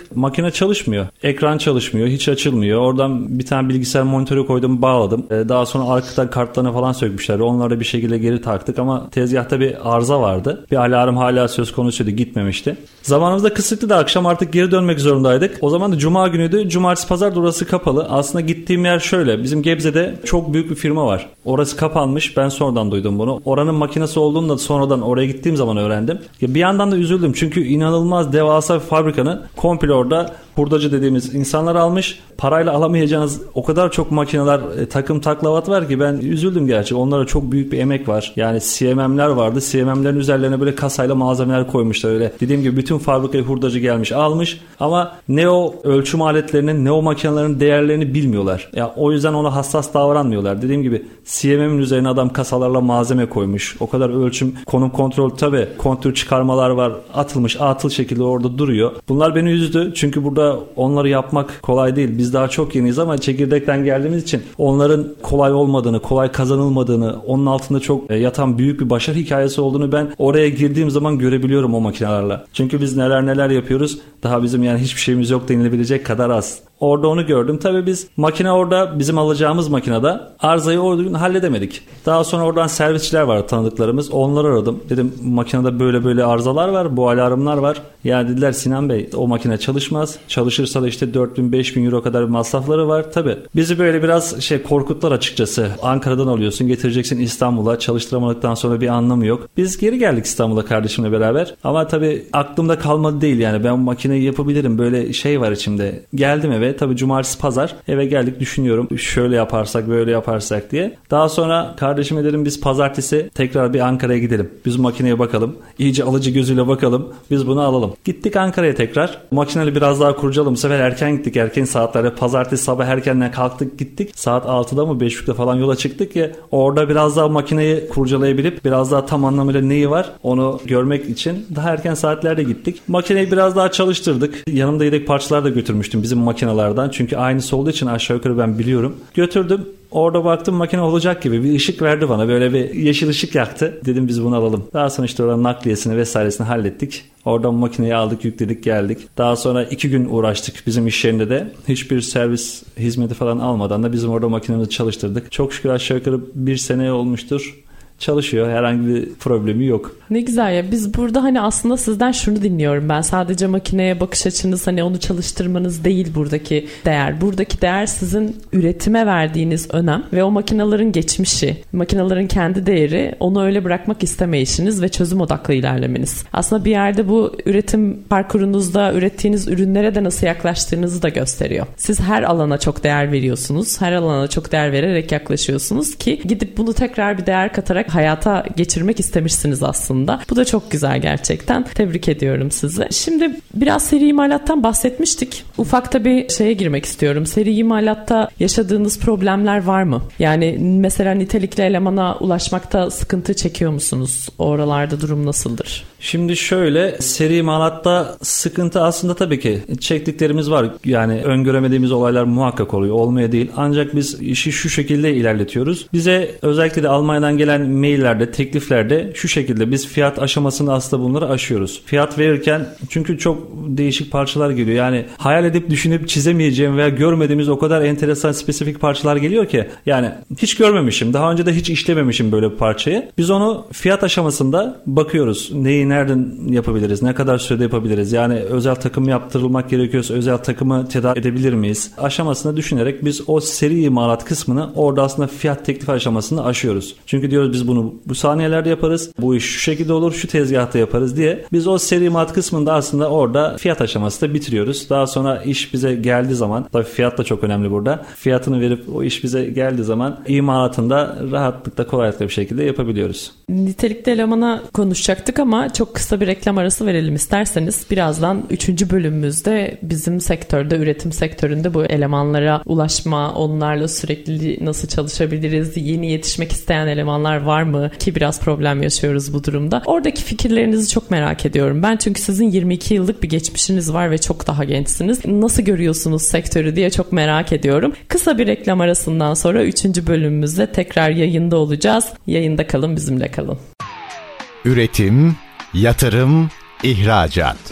makine çalışmıyor. Ekran çalışmıyor, hiç açılmıyor. Oradan bir tane bilgisayar monitörü koydum, bağladım. Daha sonra arkadan kartlarını falan sökmüşler. Onları da bir şekilde geri taktık ama tezgahta bir arıza vardı. Bir alarm hala söz konusuydu, gitmemişti. Zamanımız da kısıtlı da akşam artık geri dönmek zorundaydık. O zaman da cuma günüydü. Cumartesi pazar da orası kapalı. Aslında gittiğim yer şöyle. Bizim Gebze'de çok büyük bir firma var. Orası kapanmış. Ben sonradan duydum bunu. Oranın makinesi olduğunu da sonradan oraya gittiğim zaman öğrendim. Bir yandan da üzüldüm. Çünkü inanılmaz devasa bir fabrikanın komple orada hurdacı dediğimiz insanlar almış. Parayla alamayacağınız o kadar çok makineler, takım taklavat var ki ben üzüldüm gerçi. Onlara çok büyük bir emek var. Yani CMM'ler vardı. CMM'lerin üzerlerine böyle kasayla malzemeler koymuşlar öyle. Dediğim gibi bütün fabrikaya hurdacı gelmiş, almış ama ne o ölçüm aletlerinin ne o makinelerin değerlerini bilmiyorlar. Ya o yüzden ona hassas davranmıyorlar. Dediğim gibi CMM'in üzerine adam kasalarla malzeme koymuş. O kadar ölçüm, konum kontrol, tabii kontür çıkarmalar var. Atılmış, atıl şekilde orada duruyor. Bunlar beni üzdü. Çünkü burada onları yapmak kolay değil. Biz daha çok yeniyiz ama çekirdekten geldiğimiz için onların kolay olmadığını, kolay kazanılmadığını, onun altında çok yatan büyük bir başarı hikayesi olduğunu ben oraya girdiğim zaman görebiliyorum o makinelerle. Çünkü biz neler yapıyoruz. Daha bizim yani hiçbir şeyimiz yok denilebilecek kadar az. Orada onu gördüm. Tabii biz makine orada, bizim alacağımız makinede arızayı orada halledemedik. Daha sonra oradan servisçiler var tanıdıklarımız. Onları aradım. Dedim makinede böyle arızalar var. Bu alarmlar var. Ya dediler Sinan Bey o makine çalışmaz. Çalışırsa da işte 4.000-5.000 euro kadar bir masrafları var. Tabii bizi böyle biraz korkuttular açıkçası. Ankara'dan alıyorsun, getireceksin İstanbul'a. Çalıştıramadıktan sonra bir anlamı yok. Biz geri geldik İstanbul'a kardeşimle beraber. Ama tabii aklımda kalmadı değil yani. Ben bu makineyi yapabilirim. Böyle var içimde. Geldim eve. Tabii cumartesi pazar eve geldik, düşünüyorum şöyle yaparsak böyle yaparsak diye. Daha sonra kardeşime dedim biz pazartesi tekrar bir Ankara'ya gidelim. Biz makineye bakalım. İyice alıcı gözüyle bakalım. Biz bunu alalım. Gittik Ankara'ya tekrar. Makineyi biraz daha kurcalım. Bu sefer erken gittik. Erken saatlerde pazartesi sabah erkenden kalktık gittik. Saat 6'da mı 5.30'da falan yola çıktık ki orada biraz daha makineyi kurcalayabilip biraz daha tam anlamıyla neyi var onu görmek için daha erken saatlerde gittik. Makineyi biraz daha çalıştırdık. Yanımda yedek parçalar da götürmüştüm bizim makinelerden. Çünkü aynısı olduğu için aşağı yukarı ben biliyorum. Götürdüm. Orada baktım makine olacak gibi bir ışık verdi bana. Böyle bir yeşil ışık yaktı. Dedim biz bunu alalım. Daha sonra işte oranın nakliyesini vesairesini hallettik. Oradan makineyi aldık, yükledik, geldik. Daha sonra 2 gün uğraştık bizim iş yerinde de. Hiçbir servis hizmeti falan almadan da bizim orada makinemizi çalıştırdık. Çok şükür aşağı yukarı 1 sene olmuştur. Çalışıyor. Herhangi bir problemi yok. Ne güzel ya. Biz burada aslında sizden şunu dinliyorum ben. Sadece makineye bakış açınız onu çalıştırmanız değil buradaki değer. Buradaki değer sizin üretime verdiğiniz önem ve o makinelerin geçmişi, makinelerin kendi değeri, onu öyle bırakmak istemeyişiniz ve çözüm odaklı ilerlemeniz. Aslında bir yerde bu üretim parkurunuzda ürettiğiniz ürünlere de nasıl yaklaştığınızı da gösteriyor. Siz her alana çok değer veriyorsunuz. Her alana çok değer vererek yaklaşıyorsunuz ki gidip bunu tekrar bir değer katarak hayata geçirmek istemişsiniz aslında. Bu da çok güzel gerçekten. Tebrik ediyorum sizi. Şimdi biraz seri imalattan bahsetmiştik. Ufak bir şeye girmek istiyorum. Seri imalatta yaşadığınız problemler var mı? Yani mesela nitelikli elemana ulaşmakta sıkıntı çekiyor musunuz? Oralarda durum nasıldır? Şimdi şöyle, seri imalatta sıkıntı aslında tabii ki çektiklerimiz var. Yani öngöremediğimiz olaylar muhakkak oluyor. Olmaya değil. Ancak biz işi şu şekilde ilerletiyoruz. Bize özellikle de Almanya'dan gelen maillerde, tekliflerde şu şekilde biz fiyat aşamasında aslında bunları aşıyoruz. Fiyat verirken çünkü çok değişik parçalar geliyor. Yani hayal edip düşünüp çizemeyeceğim veya görmediğimiz o kadar enteresan spesifik parçalar geliyor ki yani hiç görmemişim. Daha önce de hiç işlememişim böyle bir parçayı. Biz onu fiyat aşamasında bakıyoruz. Neyi nereden yapabiliriz? Ne kadar sürede yapabiliriz? Yani özel takım yaptırılmak gerekiyorsa özel takımı tedarik edebilir miyiz? Aşamasında düşünerek biz o seri imalat kısmını orada aslında fiyat teklifi aşamasında aşıyoruz. Çünkü diyoruz biz bunu bu saniyelerde yaparız. Bu iş şu şekilde olur, şu tezgahta yaparız diye. Biz o seri imalat kısmında aslında orada fiyat aşamasında bitiriyoruz. Daha sonra iş bize geldiği zaman, tabii fiyat da çok önemli burada. Fiyatını verip o iş bize geldiği zaman imalatında rahatlıkla, kolaylıkla bir şekilde yapabiliyoruz. Nitelikli elemana konuşacaktık ama çok kısa bir reklam arası verelim isterseniz. Birazdan 3. bölümümüzde bizim sektörde, üretim sektöründe bu elemanlara ulaşma, onlarla sürekli nasıl çalışabiliriz, yeni yetişmek isteyen elemanlar var mı ki biraz problem yaşıyoruz bu durumda. Oradaki fikirlerinizi çok merak ediyorum. Ben çünkü sizin 22 yıllık bir geçmişiniz var ve çok daha gençsiniz. Nasıl görüyorsunuz sektörü diye çok merak ediyorum. Kısa bir reklam arasından sonra 3. bölümümüzde tekrar yayında olacağız. Yayında kalın, bizimle kalın. Üretim, yatırım, ihracat.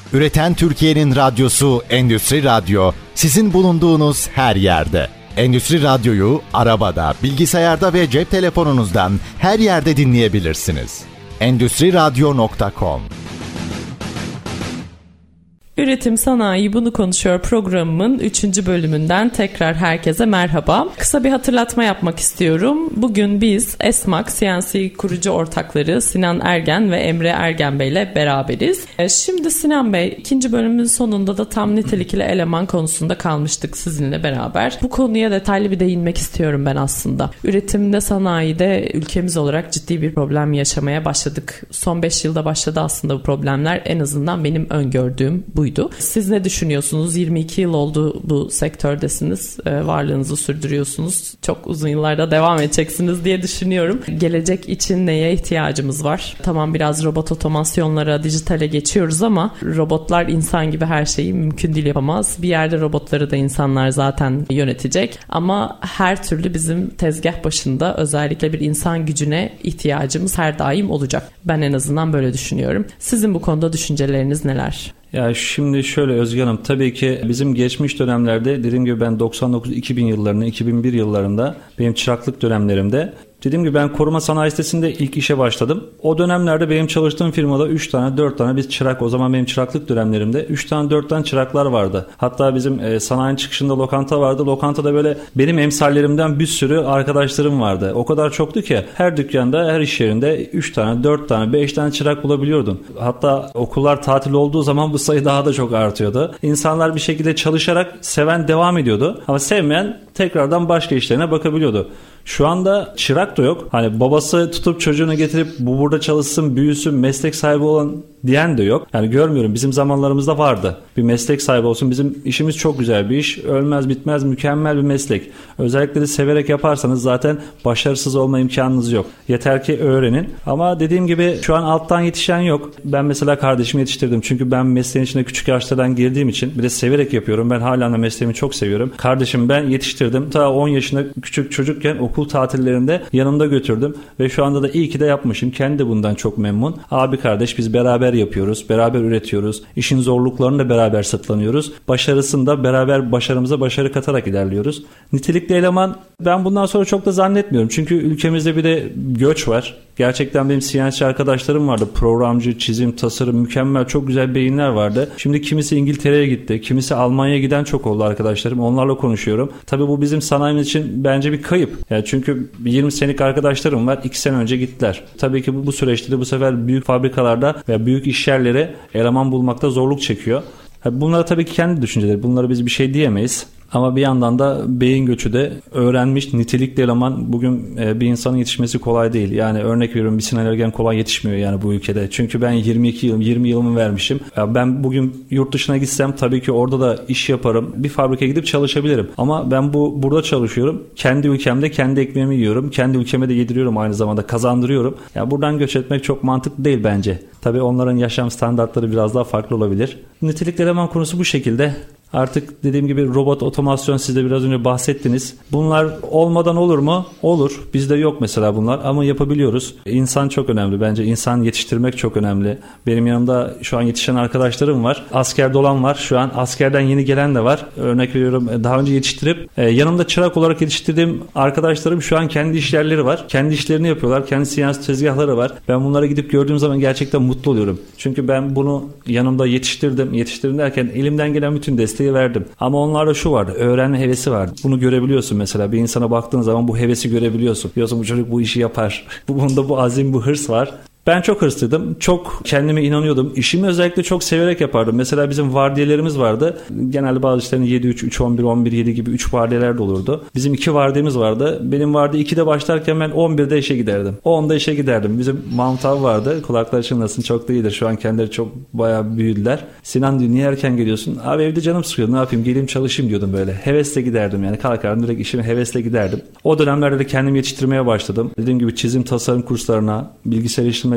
Üreten Türkiye'nin radyosu Endüstri Radyo sizin bulunduğunuz her yerde. Endüstri Radyo'yu arabada, bilgisayarda ve cep telefonunuzdan her yerde dinleyebilirsiniz. Endüstriradyo.com. Üretim Sanayi Bunu Konuşuyor programımın 3. bölümünden tekrar herkese merhaba. Kısa bir hatırlatma yapmak istiyorum. Bugün biz Esmak CNC kurucu ortakları Sinan Ergen ve Emre Ergen Bey ile beraberiz. Şimdi Sinan Bey, 2. bölümün sonunda da tam nitelikli eleman konusunda kalmıştık sizinle beraber. Bu konuya detaylı bir değinmek istiyorum ben aslında. Üretimde, sanayide ülkemiz olarak ciddi bir problem yaşamaya başladık. Son 5 yılda başladı aslında bu problemler. En azından benim öngördüğüm buydu. Siz ne düşünüyorsunuz? 22 yıl oldu bu sektördesiniz. Varlığınızı sürdürüyorsunuz. Çok uzun yıllarda devam edeceksiniz diye düşünüyorum. Gelecek için neye ihtiyacımız var? Tamam, biraz robot otomasyonlara, dijitale geçiyoruz ama robotlar insan gibi her şeyi mümkün değil yapamaz. Bir yerde robotları da insanlar zaten yönetecek. Ama her türlü bizim tezgah başında özellikle bir insan gücüne ihtiyacımız her daim olacak. Ben en azından böyle düşünüyorum. Sizin bu konuda düşünceleriniz neler? Ya şimdi şöyle Özge Hanım, tabii ki bizim geçmiş dönemlerde, dediğim gibi ben 99-2000 yıllarında, 2001 yıllarında benim çıraklık dönemlerimde, dediğim gibi ben koruma sanayi sitesinde ilk işe başladım. O dönemlerde benim çalıştığım firmada 3 tane 4 tane biz çırak, o zaman benim çıraklık dönemlerimde 3 tane 4 tane çıraklar vardı. Hatta bizim sanayinin çıkışında lokanta vardı. Lokantada böyle benim emsallerimden bir sürü arkadaşlarım vardı. O kadar çoktu ki her dükkanda, her iş yerinde 3 tane 4 tane 5 tane çırak bulabiliyordun. Hatta okullar tatil olduğu zaman bu sayı daha da çok artıyordu. İnsanlar bir şekilde çalışarak, seven devam ediyordu. Ama sevmeyen tekrardan başka işlerine bakabiliyordu. Şu anda çırak da yok. Hani babası tutup çocuğunu getirip bu burada çalışsın, büyüsün, meslek sahibi olan diyen de yok. Yani görmüyorum. Bizim zamanlarımızda vardı. Bir meslek sahibi olsun. Bizim işimiz çok güzel bir iş. Ölmez bitmez mükemmel bir meslek. Özellikle de severek yaparsanız zaten başarısız olma imkanınız yok. Yeter ki öğrenin. Ama dediğim gibi şu an alttan yetişen yok. Ben mesela kardeşimi yetiştirdim. Çünkü ben mesleğin içine küçük yaşlardan girdiğim için, bir de severek yapıyorum. Ben hala da mesleğimi çok seviyorum. Kardeşimi ben yetiştirdim. Ta 10 yaşında küçük çocukken okul tatillerinde yanımda götürdüm. Ve şu anda da iyi ki de yapmışım. Kendi de bundan çok memnun. Abi kardeş biz beraber yapıyoruz. Beraber üretiyoruz. İşin zorluklarını da beraber sırtlanıyoruz. Başarısını da beraber başarımıza başarı katarak ilerliyoruz. Nitelikli eleman ben bundan sonra çok da zannetmiyorum. Çünkü ülkemizde bir de göç var. Gerçekten benim CNC arkadaşlarım vardı. Programcı, çizim, tasarım, mükemmel, çok güzel beyinler vardı. Şimdi kimisi İngiltere'ye gitti. Kimisi Almanya'ya giden çok oldu arkadaşlarım. Onlarla konuşuyorum. Tabii bu bizim sanayimiz için bence bir kayıp. Yani çünkü 20 senelik arkadaşlarım var. 2 sene önce gittiler. Tabii ki bu süreçte de bu sefer büyük fabrikalarda veya büyük iş yerleri eleman bulmakta zorluk çekiyor. Bunlar tabii ki kendi düşünceleri. Bunlara biz bir şey diyemeyiz. Ama bir yandan da beyin göçü de, öğrenmiş nitelikli eleman bugün bir insanın yetişmesi kolay değil. Yani örnek veriyorum, bir Sinan Ergen kolay yetişmiyor yani bu ülkede. Çünkü ben 20 yılımı vermişim. Ben bugün yurt dışına gitsem tabii ki orada da iş yaparım. Bir fabrikaya gidip çalışabilirim. Ama ben burada çalışıyorum. Kendi ülkemde kendi ekmeğimi yiyorum. Kendi ülkeme de yediriyorum, aynı zamanda kazandırıyorum. Yani buradan göç etmek çok mantıklı değil bence. Tabii onların yaşam standartları biraz daha farklı olabilir. Nitelikli eleman konusu bu şekilde. Artık dediğim gibi robot, otomasyon, siz de biraz önce bahsettiniz. Bunlar olmadan olur mu? Olur. Bizde yok mesela bunlar ama yapabiliyoruz. İnsan çok önemli bence. İnsan yetiştirmek çok önemli. Benim yanımda şu an yetişen arkadaşlarım var. Askerde olan var. Şu an askerden yeni gelen de var. Örnek veriyorum, daha önce yetiştirip yanımda çırak olarak yetiştirdiğim arkadaşlarım şu an kendi işyerleri var. Kendi işlerini yapıyorlar. Kendi CNC tezgahları var. Ben bunlara gidip gördüğüm zaman gerçekten mutlu oluyorum. Çünkü ben bunu yanımda yetiştirdim. Yetiştirdim derken elimden gelen bütün desteği verdim. Ama onlarda şu vardı. Öğrenme hevesi vardı. Bunu görebiliyorsun mesela. Bir insana baktığın zaman bu hevesi görebiliyorsun. Diyorsun bu çocuk bu işi yapar. Bunda bu azim, bu hırs var. Ben çok hırslıydım. Çok kendime inanıyordum. İşimi özellikle çok severek yapardım. Mesela bizim vardiyelerimiz vardı. Genelde bazı işlerin 7-3, 3-11, 11-7 gibi 3 vardiyeler de olurdu. Bizim 2 vardiyemiz vardı. Benim vardiya 2'de başlarken ben 11'de işe giderdim. 10'da işe giderdim. Bizim Mahmut abi vardı. Kulaklar çınlasın, çok da iyidir. Şu an kendileri çok bayağı büyüdüler. Sinan diyor, niye erken geliyorsun? Abi evde canım sıkıyor. Ne yapayım? Geleyim çalışayım diyordum böyle. Hevesle giderdim yani. Kalkardım direkt işime hevesle giderdim. O dönemlerde de kendimi yetiştirmeye başladım. Dediğim gibi çizim, tasarım kurslarına, bilgisayar işleme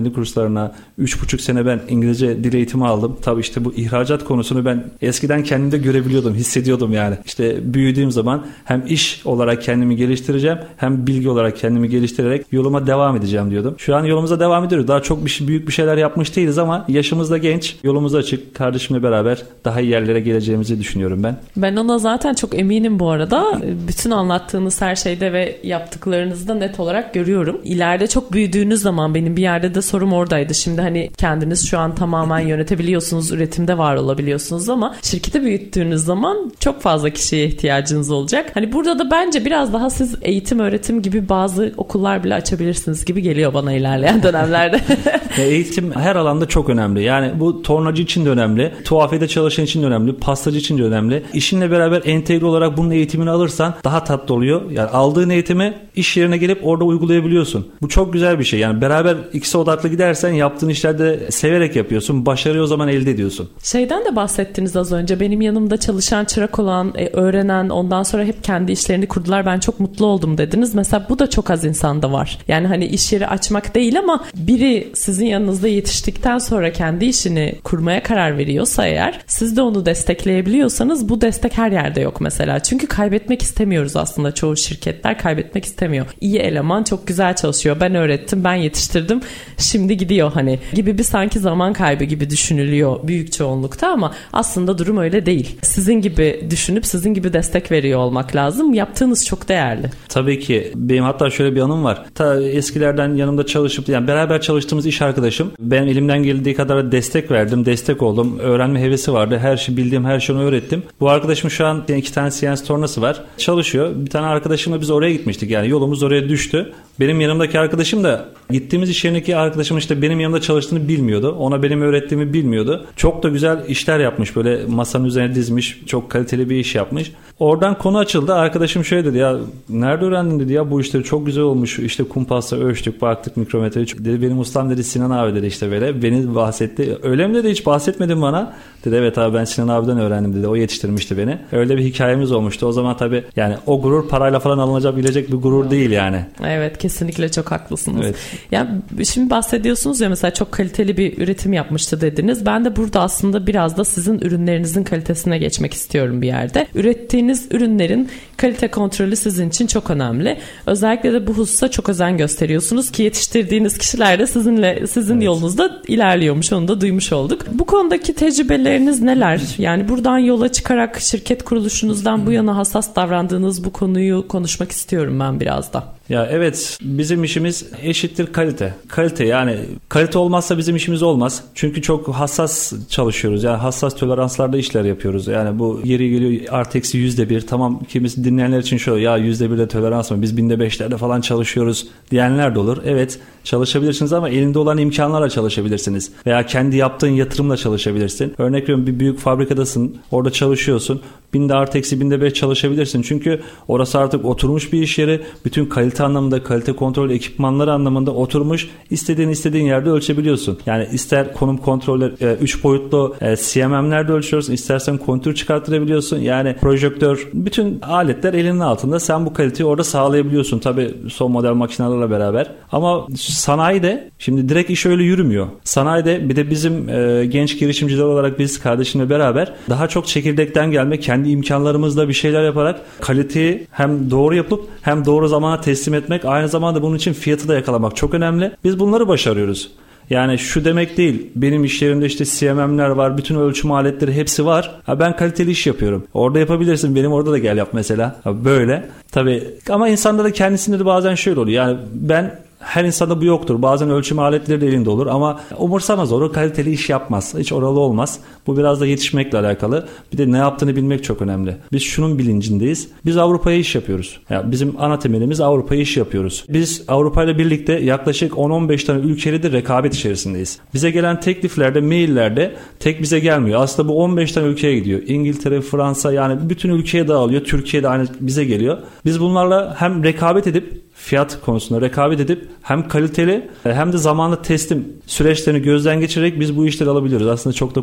Panelli kurslarına, 3,5 sene ben İngilizce dil eğitimi aldım. Tabii işte bu ihracat konusunu ben eskiden kendimde görebiliyordum, hissediyordum yani. İşte büyüdüğüm zaman hem iş olarak kendimi geliştireceğim, hem bilgi olarak kendimi geliştirerek yoluma devam edeceğim diyordum. Şu an yolumuza devam ediyoruz. Daha çok büyük bir şeyler yapmış değiliz ama yaşımız da genç, yolumuz açık. Kardeşimle beraber daha iyi yerlere geleceğimizi düşünüyorum ben. Ben ona zaten çok eminim bu arada. Bütün anlattığınız her şeyde ve yaptıklarınızda net olarak görüyorum. İleride çok büyüdüğünüz zaman, benim bir yerde de sorum oradaydı. Şimdi hani kendiniz şu an tamamen yönetebiliyorsunuz, üretimde var olabiliyorsunuz ama şirketi büyüttüğünüz zaman çok fazla kişiye ihtiyacınız olacak. Hani burada da bence biraz daha siz eğitim, öğretim gibi bazı okullar bile açabilirsiniz gibi geliyor bana ilerleyen dönemlerde. Eğitim her alanda çok önemli. Yani bu tornacı için de önemli, tuhafiyede çalışan için de önemli, pastacı için de önemli. İşinle beraber entegre olarak bunun eğitimini alırsan daha tatlı oluyor. Yani aldığın eğitimi iş yerine gelip orada uygulayabiliyorsun. Bu çok güzel bir şey. Yani beraber ikisi odaklı gidersen yaptığın işlerde severek yapıyorsun. Başarıyı o zaman elde ediyorsun. Şeyden de bahsettiniz az önce. Benim yanımda çalışan, çırak olan, öğrenen, ondan sonra hep kendi işlerini kurdular. Ben çok mutlu oldum dediniz. Mesela bu da çok az insanda var. Yani hani iş yeri açmak değil ama biri sizin yanınızda yetiştikten sonra kendi işini kurmaya karar veriyorsa eğer, siz de onu destekleyebiliyorsanız bu destek her yerde yok mesela. Çünkü kaybetmek istemiyoruz aslında. Çoğu şirketler kaybetmek istemiyor. İyi eleman çok güzel çalışıyor. Ben öğrettim, ben yetiştirdim. Şimdi gidiyor hani gibi bir sanki zaman kaybı gibi düşünülüyor büyük çoğunlukta ama aslında durum öyle değil. Sizin gibi düşünüp sizin gibi destek veriyor olmak lazım. Yaptığınız çok değerli. Tabii ki. Benim hatta şöyle bir anım var. Ta eskilerden yanımda çalışıp yani beraber çalıştığımız iş arkadaşım. Ben elimden geldiği kadar destek verdim. Destek oldum. Öğrenme hevesi vardı. Her şey bildiğim her şeyi öğrettim. Bu arkadaşım şu an 2 tane CNC tornası var. Çalışıyor. Bir tane arkadaşımla biz oraya gitmiştik. Yani yolumuz oraya düştü. Benim yanımdaki arkadaşım da gittiğimiz iş yerindeki arkadaşım işte benim yanımda çalıştığını bilmiyordu. Ona benim öğrettiğimi bilmiyordu. Çok da güzel işler yapmış. Böyle masanın üzerine dizmiş. Çok kaliteli bir iş yapmış. Oradan konu açıldı. Arkadaşım şöyle dedi ya nerede öğrendin dedi ya bu işleri çok güzel olmuş. İşte kumpasla ölçtük baktık mikrometreyi. Dedi benim ustam dedi Sinan abi dedi işte böyle. Beni bahsetti. Öyle mi dedi hiç bahsetmedin bana. Dedi evet abi ben Sinan abiden öğrendim dedi. O yetiştirmişti beni. Öyle bir hikayemiz olmuştu. O zaman tabii yani o gurur parayla falan alınabilecek bir gurur değil yani. Evet kesinlikle çok haklısınız. Evet. Yani şimdi bahsediyorsunuz ya mesela çok kaliteli bir üretim yapmıştı dediniz. Ben de burada aslında biraz da sizin ürünlerinizin kalitesine geçmek istiyorum bir yerde. Ürettiğiniz ürünlerin kalite kontrolü sizin için çok önemli. Özellikle de bu hususa çok özen gösteriyorsunuz ki yetiştirdiğiniz kişiler de sizin evet. Yolunuzda ilerliyormuş. Onu da duymuş olduk. Bu konudaki tecrübeleriniz neler? Yani buradan yola çıkarak şirket kuruluşunuzdan bu yana hassas davrandığınız bu konuyu konuşmak istiyorum ben biraz da. Ya evet bizim işimiz eşittir kalite. Kalite yani kalite olmazsa bizim işimiz olmaz. Çünkü çok hassas çalışıyoruz. Yani hassas toleranslarda işler yapıyoruz. Yani bu yeri geliyor artı eksi %1. Tamam kimisi dinleyenler için şöyle ya %1'de tolerans mı? Biz %5'lerde falan çalışıyoruz diyenler de olur. Evet çalışabilirsiniz ama elinde olan imkanlarla çalışabilirsiniz. Veya kendi yaptığın yatırımla çalışabilirsin. Örnek veriyorum bir büyük fabrikadasın. Orada çalışıyorsun. Binde artı eksi %5 çalışabilirsin. Çünkü orası artık oturmuş bir iş yeri. Bütün kalite anlamında, kalite kontrol ekipmanları anlamında oturmuş. İstediğin yerde ölçebiliyorsun. Yani ister konum kontrolü 3 boyutlu CMM'lerde ölçüyoruz. İstersen kontür çıkarttırabiliyorsun. Yani projektör, bütün aletler elinin altında. Sen bu kaliteyi orada sağlayabiliyorsun. Tabii son model makinelerle beraber. Ama sanayide şimdi direkt iş öyle yürümüyor. Sanayide bir de bizim genç girişimciler olarak biz kardeşimle beraber daha çok çekirdekten gelme, kendi imkanlarımızla bir şeyler yaparak kaliteyi hem doğru yapıp hem doğru zamana teslim etmek, aynı zamanda bunun için fiyatı da yakalamak çok önemli. Biz bunları başarıyoruz. Yani şu demek değil. Benim iş yerimde işte CMM'ler var. Bütün ölçüm aletleri hepsi var. Ben kaliteli iş yapıyorum. Orada yapabilirsin. Benim orada da gel yap mesela. Böyle. Tabii ama insanda da kendisinde de bazen şöyle oluyor. Yani her insanda bu yoktur. Bazen ölçüm aletleri de elinde olur ama umursamaz onu. Kaliteli iş yapmaz. Hiç oralı olmaz. Bu biraz da yetişmekle alakalı. Bir de ne yaptığını bilmek çok önemli. Biz şunun bilincindeyiz. Biz Avrupa'ya iş yapıyoruz. Yani bizim ana temelimiz Avrupa'ya iş yapıyoruz. Biz Avrupa ile birlikte yaklaşık 10-15 tane ülkeyle de rekabet içerisindeyiz. Bize gelen tekliflerde, maillerde tek bize gelmiyor. Aslında bu 15 tane ülkeye gidiyor. İngiltere, Fransa yani bütün ülkeye dağılıyor. Türkiye'de aynı bize geliyor. Biz bunlarla hem rekabet edip fiyat konusunda rekabet edip hem kaliteli hem de zamanlı teslim süreçlerini gözden geçirerek biz bu işleri alabiliyoruz. Aslında çok da kolay bir iş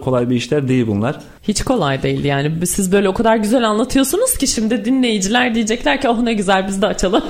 işler değil bunlar. Hiç kolay değil yani. Siz böyle o kadar güzel anlatıyorsunuz ki şimdi dinleyiciler diyecekler ki oh ne güzel biz de açalım.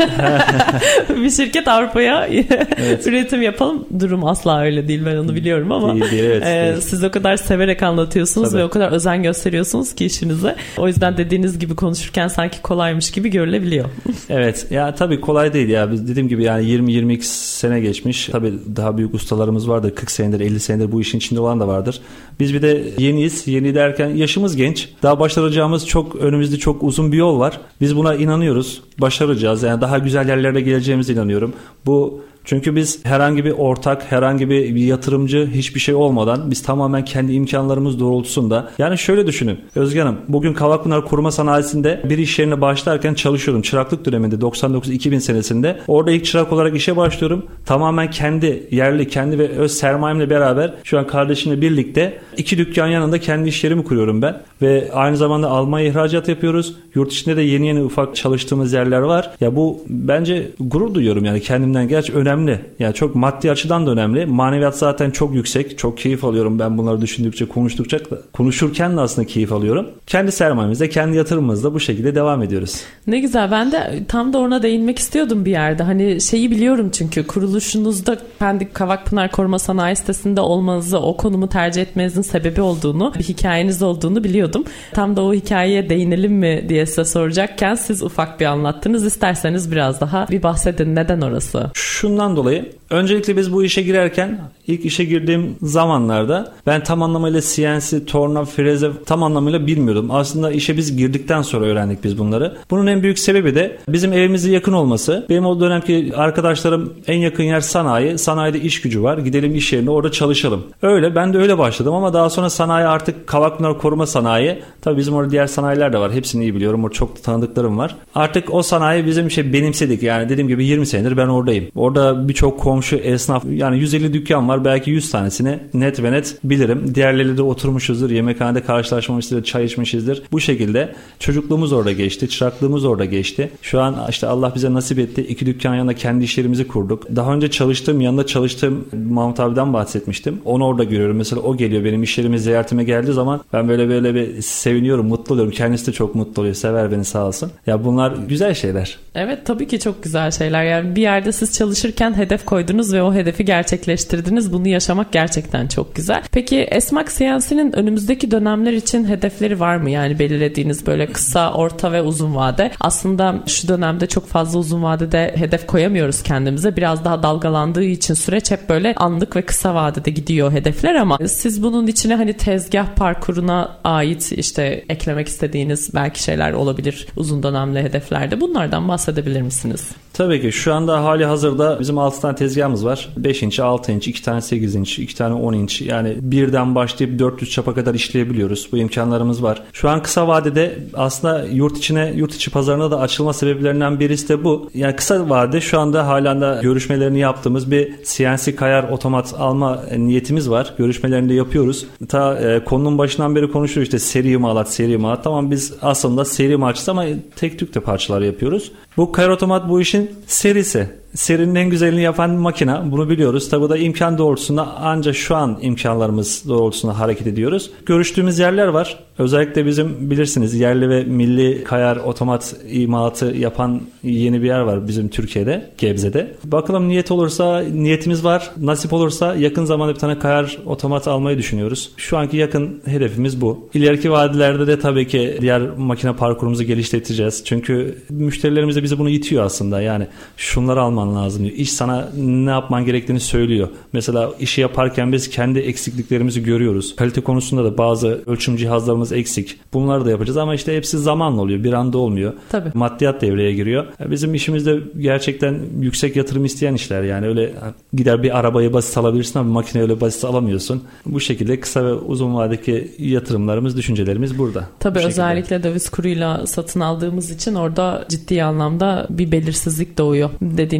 Bir şirket Avrupa'ya üretim yapalım. Durum asla öyle değil, ben onu biliyorum ama değil. Siz o kadar severek anlatıyorsunuz ve o kadar özen gösteriyorsunuz ki işinize. O yüzden dediğiniz gibi konuşurken sanki kolaymış gibi görülebiliyor. Evet ya tabii kolay değil ya. Biz dediğim gibi yani 20-22 sene geçmiş. Tabii daha büyük ustalarımız vardır. 40 senedir 50 senedir bu işin içinde olan da vardır. Biz bir de yeniyiz. Yeni derken yaşımız genç. Daha başaracağımız önümüzde çok uzun bir yol var. Biz buna inanıyoruz. Başaracağız. Yani daha güzel yerlere geleceğimize inanıyorum. Çünkü biz herhangi bir ortak, herhangi bir yatırımcı, hiçbir şey olmadan biz tamamen kendi imkanlarımız doğrultusunda. Yani şöyle düşünün Özge Hanım, bugün Kavakpınar Kuruma Sanayisi'nde bir iş yerine başlarken çalışıyordum. Çıraklık döneminde 99-2000 senesinde. Orada ilk çırak olarak işe başlıyorum. Tamamen kendi yerli, kendi ve öz sermayemle beraber şu an kardeşimle birlikte 2 dükkan yanında kendi iş yerimi kuruyorum ben. Ve aynı zamanda Almanya ihracat yapıyoruz. Yurt içinde de yeni ufak çalıştığımız yerler var. Ya bu bence gurur duyuyorum yani kendimden. Gerçi önemli. Yani çok maddi açıdan da önemli. Maneviyat zaten çok yüksek. Çok keyif alıyorum ben bunları düşündükçe, konuşurken de aslında keyif alıyorum. Kendi sermayemizde, kendi yatırımımızda bu şekilde devam ediyoruz. Ne güzel. Ben de tam da ona değinmek istiyordum bir yerde. Hani şeyi biliyorum çünkü kuruluşunuzda Pendik Kavakpınar Koruma Sanayi Sitesi'nde olmanızı, o konumu tercih etmenizin sebebi olduğunu, bir hikayeniz olduğunu biliyordum. Tam da o hikayeye değinelim mi diye size soracakken siz ufak bir anlattınız. İsterseniz biraz daha bir bahsedin. Neden orası? Şundan dolayı öncelikle biz bu işe girerken ilk işe girdiğim zamanlarda ben tam anlamıyla CNC, torna, freze tam anlamıyla bilmiyordum. Aslında işe biz girdikten sonra öğrendik biz bunları. Bunun en büyük sebebi de bizim evimize yakın olması. Benim o dönemki arkadaşlarım en yakın yer sanayi. Sanayide iş gücü var. Gidelim iş yerine orada çalışalım. Ben de öyle başladım ama daha sonra sanayi artık Kavakpınar Koruma Sanayi. Tabii bizim orada diğer sanayiler de var. Hepsini iyi biliyorum. Orada çok tanıdıklarım var. Artık o sanayi bizim benimsedik. Yani dediğim gibi 20 senedir ben oradayım. Orada birçok komşu, esnaf, yani 150 dükkan var. Belki 100 tanesini net ve net bilirim. Diğerleriyle de oturmuşuzdur. Yemekhanede karşılaşmamışızdır, çay içmişizdir. Bu şekilde çocukluğumuz orada geçti. Çıraklığımız orada geçti. Şu an işte Allah bize nasip etti. 2 dükkan yanında kendi iş yerimizi kurduk. Daha önce yanında çalıştığım Mahmut abiden bahsetmiştim. Onu orada görüyorum. Mesela o geliyor benim iş yerime ziyaretime geldiği zaman ben böyle bir seviniyorum, mutlu oluyorum. Kendisi de çok mutlu oluyor. Sever beni sağ olsun. Ya bunlar güzel şeyler. Evet tabii ki çok güzel şeyler. Yani bir yerde siz çalışırken hedef koydunuz ve o hedefi gerçekleştirdiniz. Bunu yaşamak gerçekten çok güzel. Peki Esmak CNC'nin önümüzdeki dönemler için hedefleri var mı? Yani belirlediğiniz böyle kısa, orta ve uzun vade. Aslında şu dönemde çok fazla uzun vadede hedef koyamıyoruz kendimize. Biraz daha dalgalandığı için süreç hep böyle anlık ve kısa vadede gidiyor hedefler ama siz bunun içine hani tezgah parkuruna ait işte eklemek istediğiniz belki şeyler olabilir uzun dönemli hedeflerde. Bunlardan bahsedebilir misiniz? Tabii ki şu anda hali hazırda bizim 6 tane tezgahımız var. 5 inç, 6 inç, 2 tane 8 inç, 2 tane 10 inç. Yani birden başlayıp 400 çapa kadar işleyebiliyoruz. Bu imkanlarımız var. Şu an kısa vadede aslında yurt içi pazarına da açılma sebeplerinden birisi de bu. Yani kısa vadede şu anda halen de görüşmelerini yaptığımız bir CNC kayar otomat alma niyetimiz var. Görüşmelerini de yapıyoruz. Konunun başından beri konuşuyoruz işte seri imalat. Tamam biz aslında seri imalatçıyız ama tek tük de parçalar yapıyoruz. Bu kayar otomat bu işin serisi. Serinin en güzelini yapan makine. Bunu biliyoruz. Tabii da imkan doğrultusunda ancak şu an imkanlarımız doğrultusunda hareket ediyoruz. Görüştüğümüz yerler var. Özellikle bizim bilirsiniz yerli ve milli kayar otomat imalatı yapan yeni bir yer var bizim Türkiye'de, Gebze'de. Bakalım niyetimiz var. Nasip olursa yakın zamanda bir tane kayar otomat almayı düşünüyoruz. Şu anki yakın hedefimiz bu. İleriki vadilerde de tabii ki diğer makine parkurumuzu geliştireceğiz. Çünkü müşterilerimiz de bize bunu itiyor aslında. Yani şunları alman lazım diyor. İş sana ne yapman gerektiğini söylüyor. Mesela işi yaparken biz kendi eksikliklerimizi görüyoruz. Kalite konusunda da bazı ölçüm cihazlarımız eksik. Bunları da yapacağız ama işte hepsi zamanla oluyor. Bir anda olmuyor. Tabii. Maddiyat devreye giriyor. Bizim işimizde gerçekten yüksek yatırım isteyen işler. Yani öyle gider bir arabayı basit alabilirsin ama bir makineyi öyle basit alamıyorsun. Bu şekilde kısa ve uzun vadedeki yatırımlarımız, düşüncelerimiz burada. Tabii özellikle döviz kuruyla satın aldığımız için orada ciddi anlamda bir belirsizlik doğuyor. Dediğiniz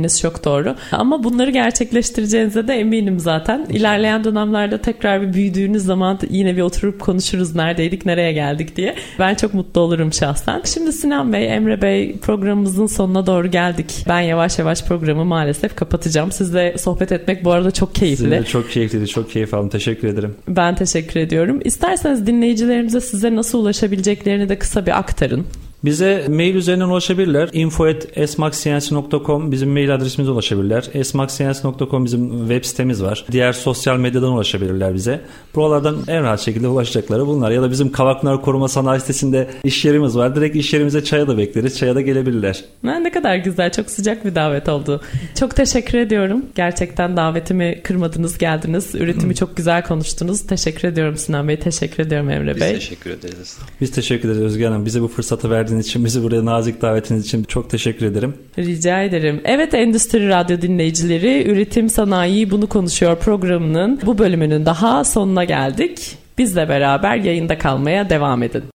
dediğiniz çok doğru. Ama bunları gerçekleştireceğinize de eminim zaten. İlerleyen dönemlerde tekrar bir büyüdüğünüz zaman yine bir oturup konuşuruz neredeydik, nereye geldik diye. Ben çok mutlu olurum şahsen. Şimdi Sinan Bey, Emre Bey, programımızın sonuna doğru geldik. Ben yavaş yavaş programı maalesef kapatacağım. Sizle sohbet etmek bu arada çok keyifli. Sizinle çok keyifliydi, çok keyif aldım. Teşekkür ederim. Ben teşekkür ediyorum. İsterseniz dinleyicilerimize size nasıl ulaşabileceklerini de kısa bir aktarın. Bize mail üzerinden ulaşabilirler. info@esmakscience.com bizim mail adresimize ulaşabilirler. esmakscience.com bizim web sitemiz var. Diğer sosyal medyadan ulaşabilirler bize. Buralardan en rahat şekilde ulaşacakları bunlar. Ya da bizim Kavakpınar Koruma Sanayi Sitesi'nde iş yerimiz var. Direkt iş yerimize çaya da bekleriz. Çaya da gelebilirler. Ne kadar güzel. Çok sıcak bir davet oldu. Çok teşekkür ediyorum. Gerçekten davetimi kırmadınız, geldiniz. Üretimi çok güzel konuştunuz. Teşekkür ediyorum Sinan Bey. Teşekkür ediyorum Emre Bey. Biz teşekkür ederiz. Biz teşekkür ederiz Özge Hanım. Bize bu fırsatı verdiğiniz için, bizi buraya nazik davetiniz için çok teşekkür ederim. Rica ederim. Evet, Endüstri Radyo dinleyicileri, Üretim Sanayi Bunu Konuşuyor programının bu bölümünün daha sonuna geldik. Bizle beraber yayında kalmaya devam edin.